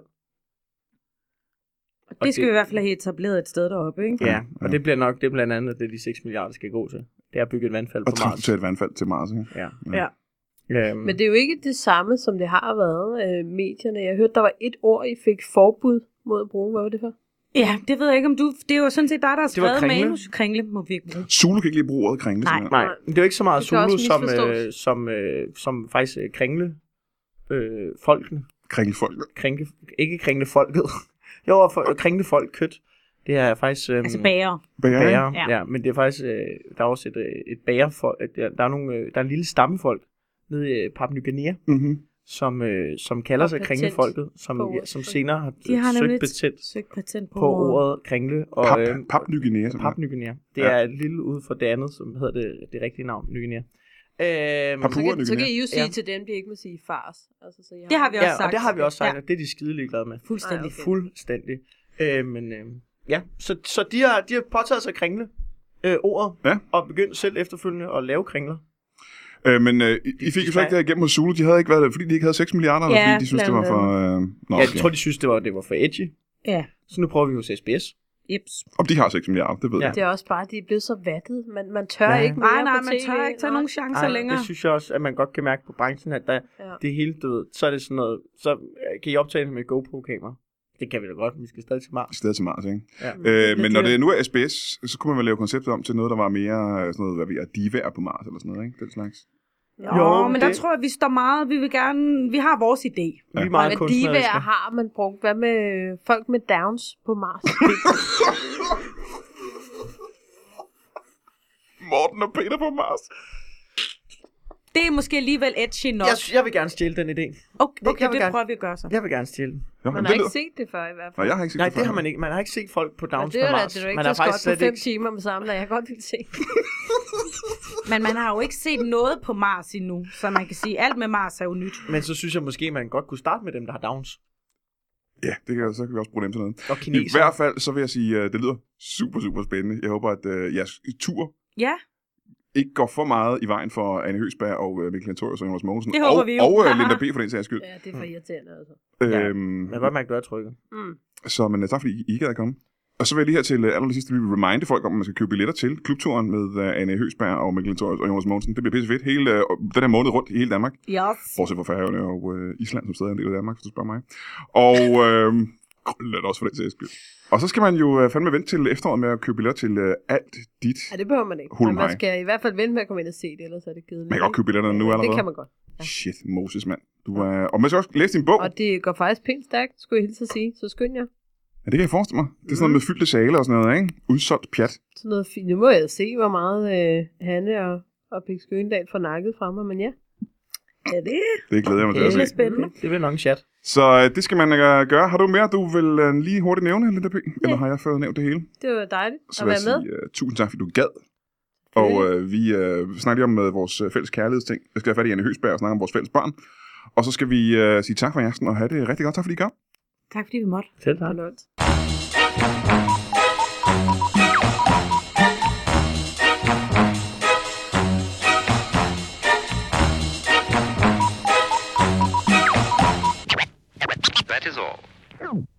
Det skal vi i hvert fald have etableret et sted deroppe, ikke? Ja, og det bliver nok det er blandt andet, det de seks milliarder skal gå til. Det er at bygge et vandfald på Og Mars. transportere et vandfald til Mars, ikke? Ja. Ja. Øhm, Men det er jo ikke det samme, som det har været øh, medierne. Jeg hørte, der var et ord, I fik forbud mod at bruge. Hvad var det for? Ja, det ved jeg ikke, om du... Det er jo sådan set dig, der har Det var skrevet kringle. manus. Kringle må vi ikke bruge. Zulu kan ikke lige bruge ordet kringle. Nej. simpelthen. Nej, det er jo ikke så meget Det kan Zulu, også som, misforstås. øh, som, øh, som faktisk øh, kringle øh, folkene. Kringlefolk. Kringle, ikke kringle folket. jo, for, kringle folk kødt. Det er faktisk... Øh, Altså bager. Bager, ikke? bager, Ja. ja. Men det er faktisk... Øh, der er også et, øh, et bagerfolk. Der, der, er nogle, øh, der er en lille stammefolk nede i øh, Papua Ny Guinea, Mm-hmm. som, øh, som kalder Har sig patent kringlefolket, som, på ja, ordet. som senere har, De har søgt nemlig patent søgt patent på, på ordet kringle. Og, Pap, øh, Pap Ny Guinea. simpelthen. Papua Ny Guinea. Det Ja. er et lille ude for det andet, som hedder det, det rigtige navn, Ny Guinea. Øhm, Papua. Så Ny kan, så kan Guinea. I jo sige Ja. til dem, de ikke må sige fars. Altså, så I Det har vi også ja, sagt. og det har vi også sagt, Ja. at det er de skide ligeglade med. Fuldstændig. Ej, okay. Fuldstændig. Øh, men øh, ja, så, så de, har, de har påtaget sig kringle øh, ordet, Ja. og begyndt selv efterfølgende at lave kringler. Øh, men øh, I, I fik jo så ikke det her igennem hos Zulu. De havde ikke været det, fordi de ikke havde seks milliarder, eller Ja, fordi de synes det var blandt for... Øh... Nå, Ja, okay. jeg tror, de synes, det var, det var for edgy. Ja. Så nu prøver vi hos S B S. Jeps. Om de har seks milliarder, det ved Ja. jeg. Det er også bare, de er blevet så vattet. Man, man tør Ja. ikke mere Nej, nej, på man T V. tør ikke tage nogen chancer Ej, længere. det synes jeg også, at man godt kan mærke på branchen, at der, Ja. det hele død. Så er det sådan noget, så øh, kan I optage det med et GoPro-kamera. Det kan vi da godt, vi skal stadig til Mars. I stedet til Mars, ikke? Ja. Øh, men når dyrt. det nu er S B S, så kunne man vel lave konceptet om til noget, der var mere øh, sådan noget, hvad vi er, divær på Mars, eller sådan noget, ikke? Den slags. Jo, Jo, men der det- tror jeg, vi står meget. Vi vil gerne... Vi har vores idé. Vi er Ja. meget Men kunstneriske. divaer har man brugt. Hvad med folk med Downs på Mars? Morten og Peter på Mars. Det er måske alligevel edgy nok. Jeg, jeg vil gerne stjæle den idé. Okay, okay jeg vil det gerne- prøver vi at gøre så. Jeg vil gerne stjæle den. Jo, Man men har det ikke lyder... set det før i hvert fald. Nej, jeg har ikke set Nej, det det før. har man ikke. Man har ikke set folk på Og Downs det på er da Mars. det er Man ikke har så godt faktisk på slet fem ikke... timer med sammen, jeg godt vil se. Men man har jo ikke set noget på Mars endnu, så man kan sige, at alt med Mars er jo nyt. Men så synes jeg måske, man godt kunne starte med dem, der har Downs. Ja, det kan, så kan vi også bruge dem til noget. Og I kineser. hvert fald, så vil jeg sige, at det lyder super, super spændende. Jeg håber, at uh, jeres tur Ja, ikke går for meget i vejen for Anne Høgsberg og uh, Mikkel Antorius og Jonas Mogensen. Det håber og, vi jo. Og uh, Linda B. for den sags skyld. Ja, det er for irriterende, altså. Ja, Øhm, Man kan godt mærke, at du er trykket. Mm. Så men, uh, tak fordi I ikke gad at komme. Og så vil jeg lige her til uh, allersidst, vi vil reminde folk om, at man skal købe billetter til klubturen med uh, Anne Høgsberg og Mikkel Antorius og Jonas Mogensen. Det bliver pisse fedt hele uh, den her måned rundt i hele Danmark. yes. Bortset fra Færøerne og uh, Island, som stadig er en del af Danmark, hvis du spørger mig. Og øh, Grønland også for den sags skyld. Og så skal man jo uh, fandme vente til efteråret med at købe billetter til uh, alt dit. Ja, det behøver man ikke. Hul Men man mig. skal i hvert fald vente med at komme ind og se det, ellers er det kedeligt. Man kan godt købe billetterne nu Ja, allerede. det kan man godt. Shit, Moses, mand. Du er... Og man skal også læse din bog. Og det går faktisk pænt stærkt, skulle jeg hilse at sige. Så skynd jer. Ja, det kan jeg forestille mig. Det er sådan noget med fyldte sale og sådan noget, ikke? Udsolgt pjat. Sådan noget fint. Nu må jeg se, hvor meget øh, Hanne og, og Pik Skøndal får nakket fra mig, men ja. Ja, det Det glæder jeg mig til at det er se. spændende. Det bliver nok en chat. Så øh, det skal man øh, gøre. Har du mere, du vil øh, lige hurtigt nævne, Linda P? Eller har jeg fået nævnt det hele? Det var dejligt Så at vil være jeg med. sige uh, tusind tak, fordi du gad. Og øh, vi øh, snakker lige om øh, vores øh, fælles kærlighedsting. Jeg skal have fat i Anne Høgsberg og snakke om vores fælles børn. Og så skal vi øh, sige tak for i aften og have det rigtig godt. Tak fordi I kom. Tak fordi vi måtte. Selv tak. Fornøjelse. That is all.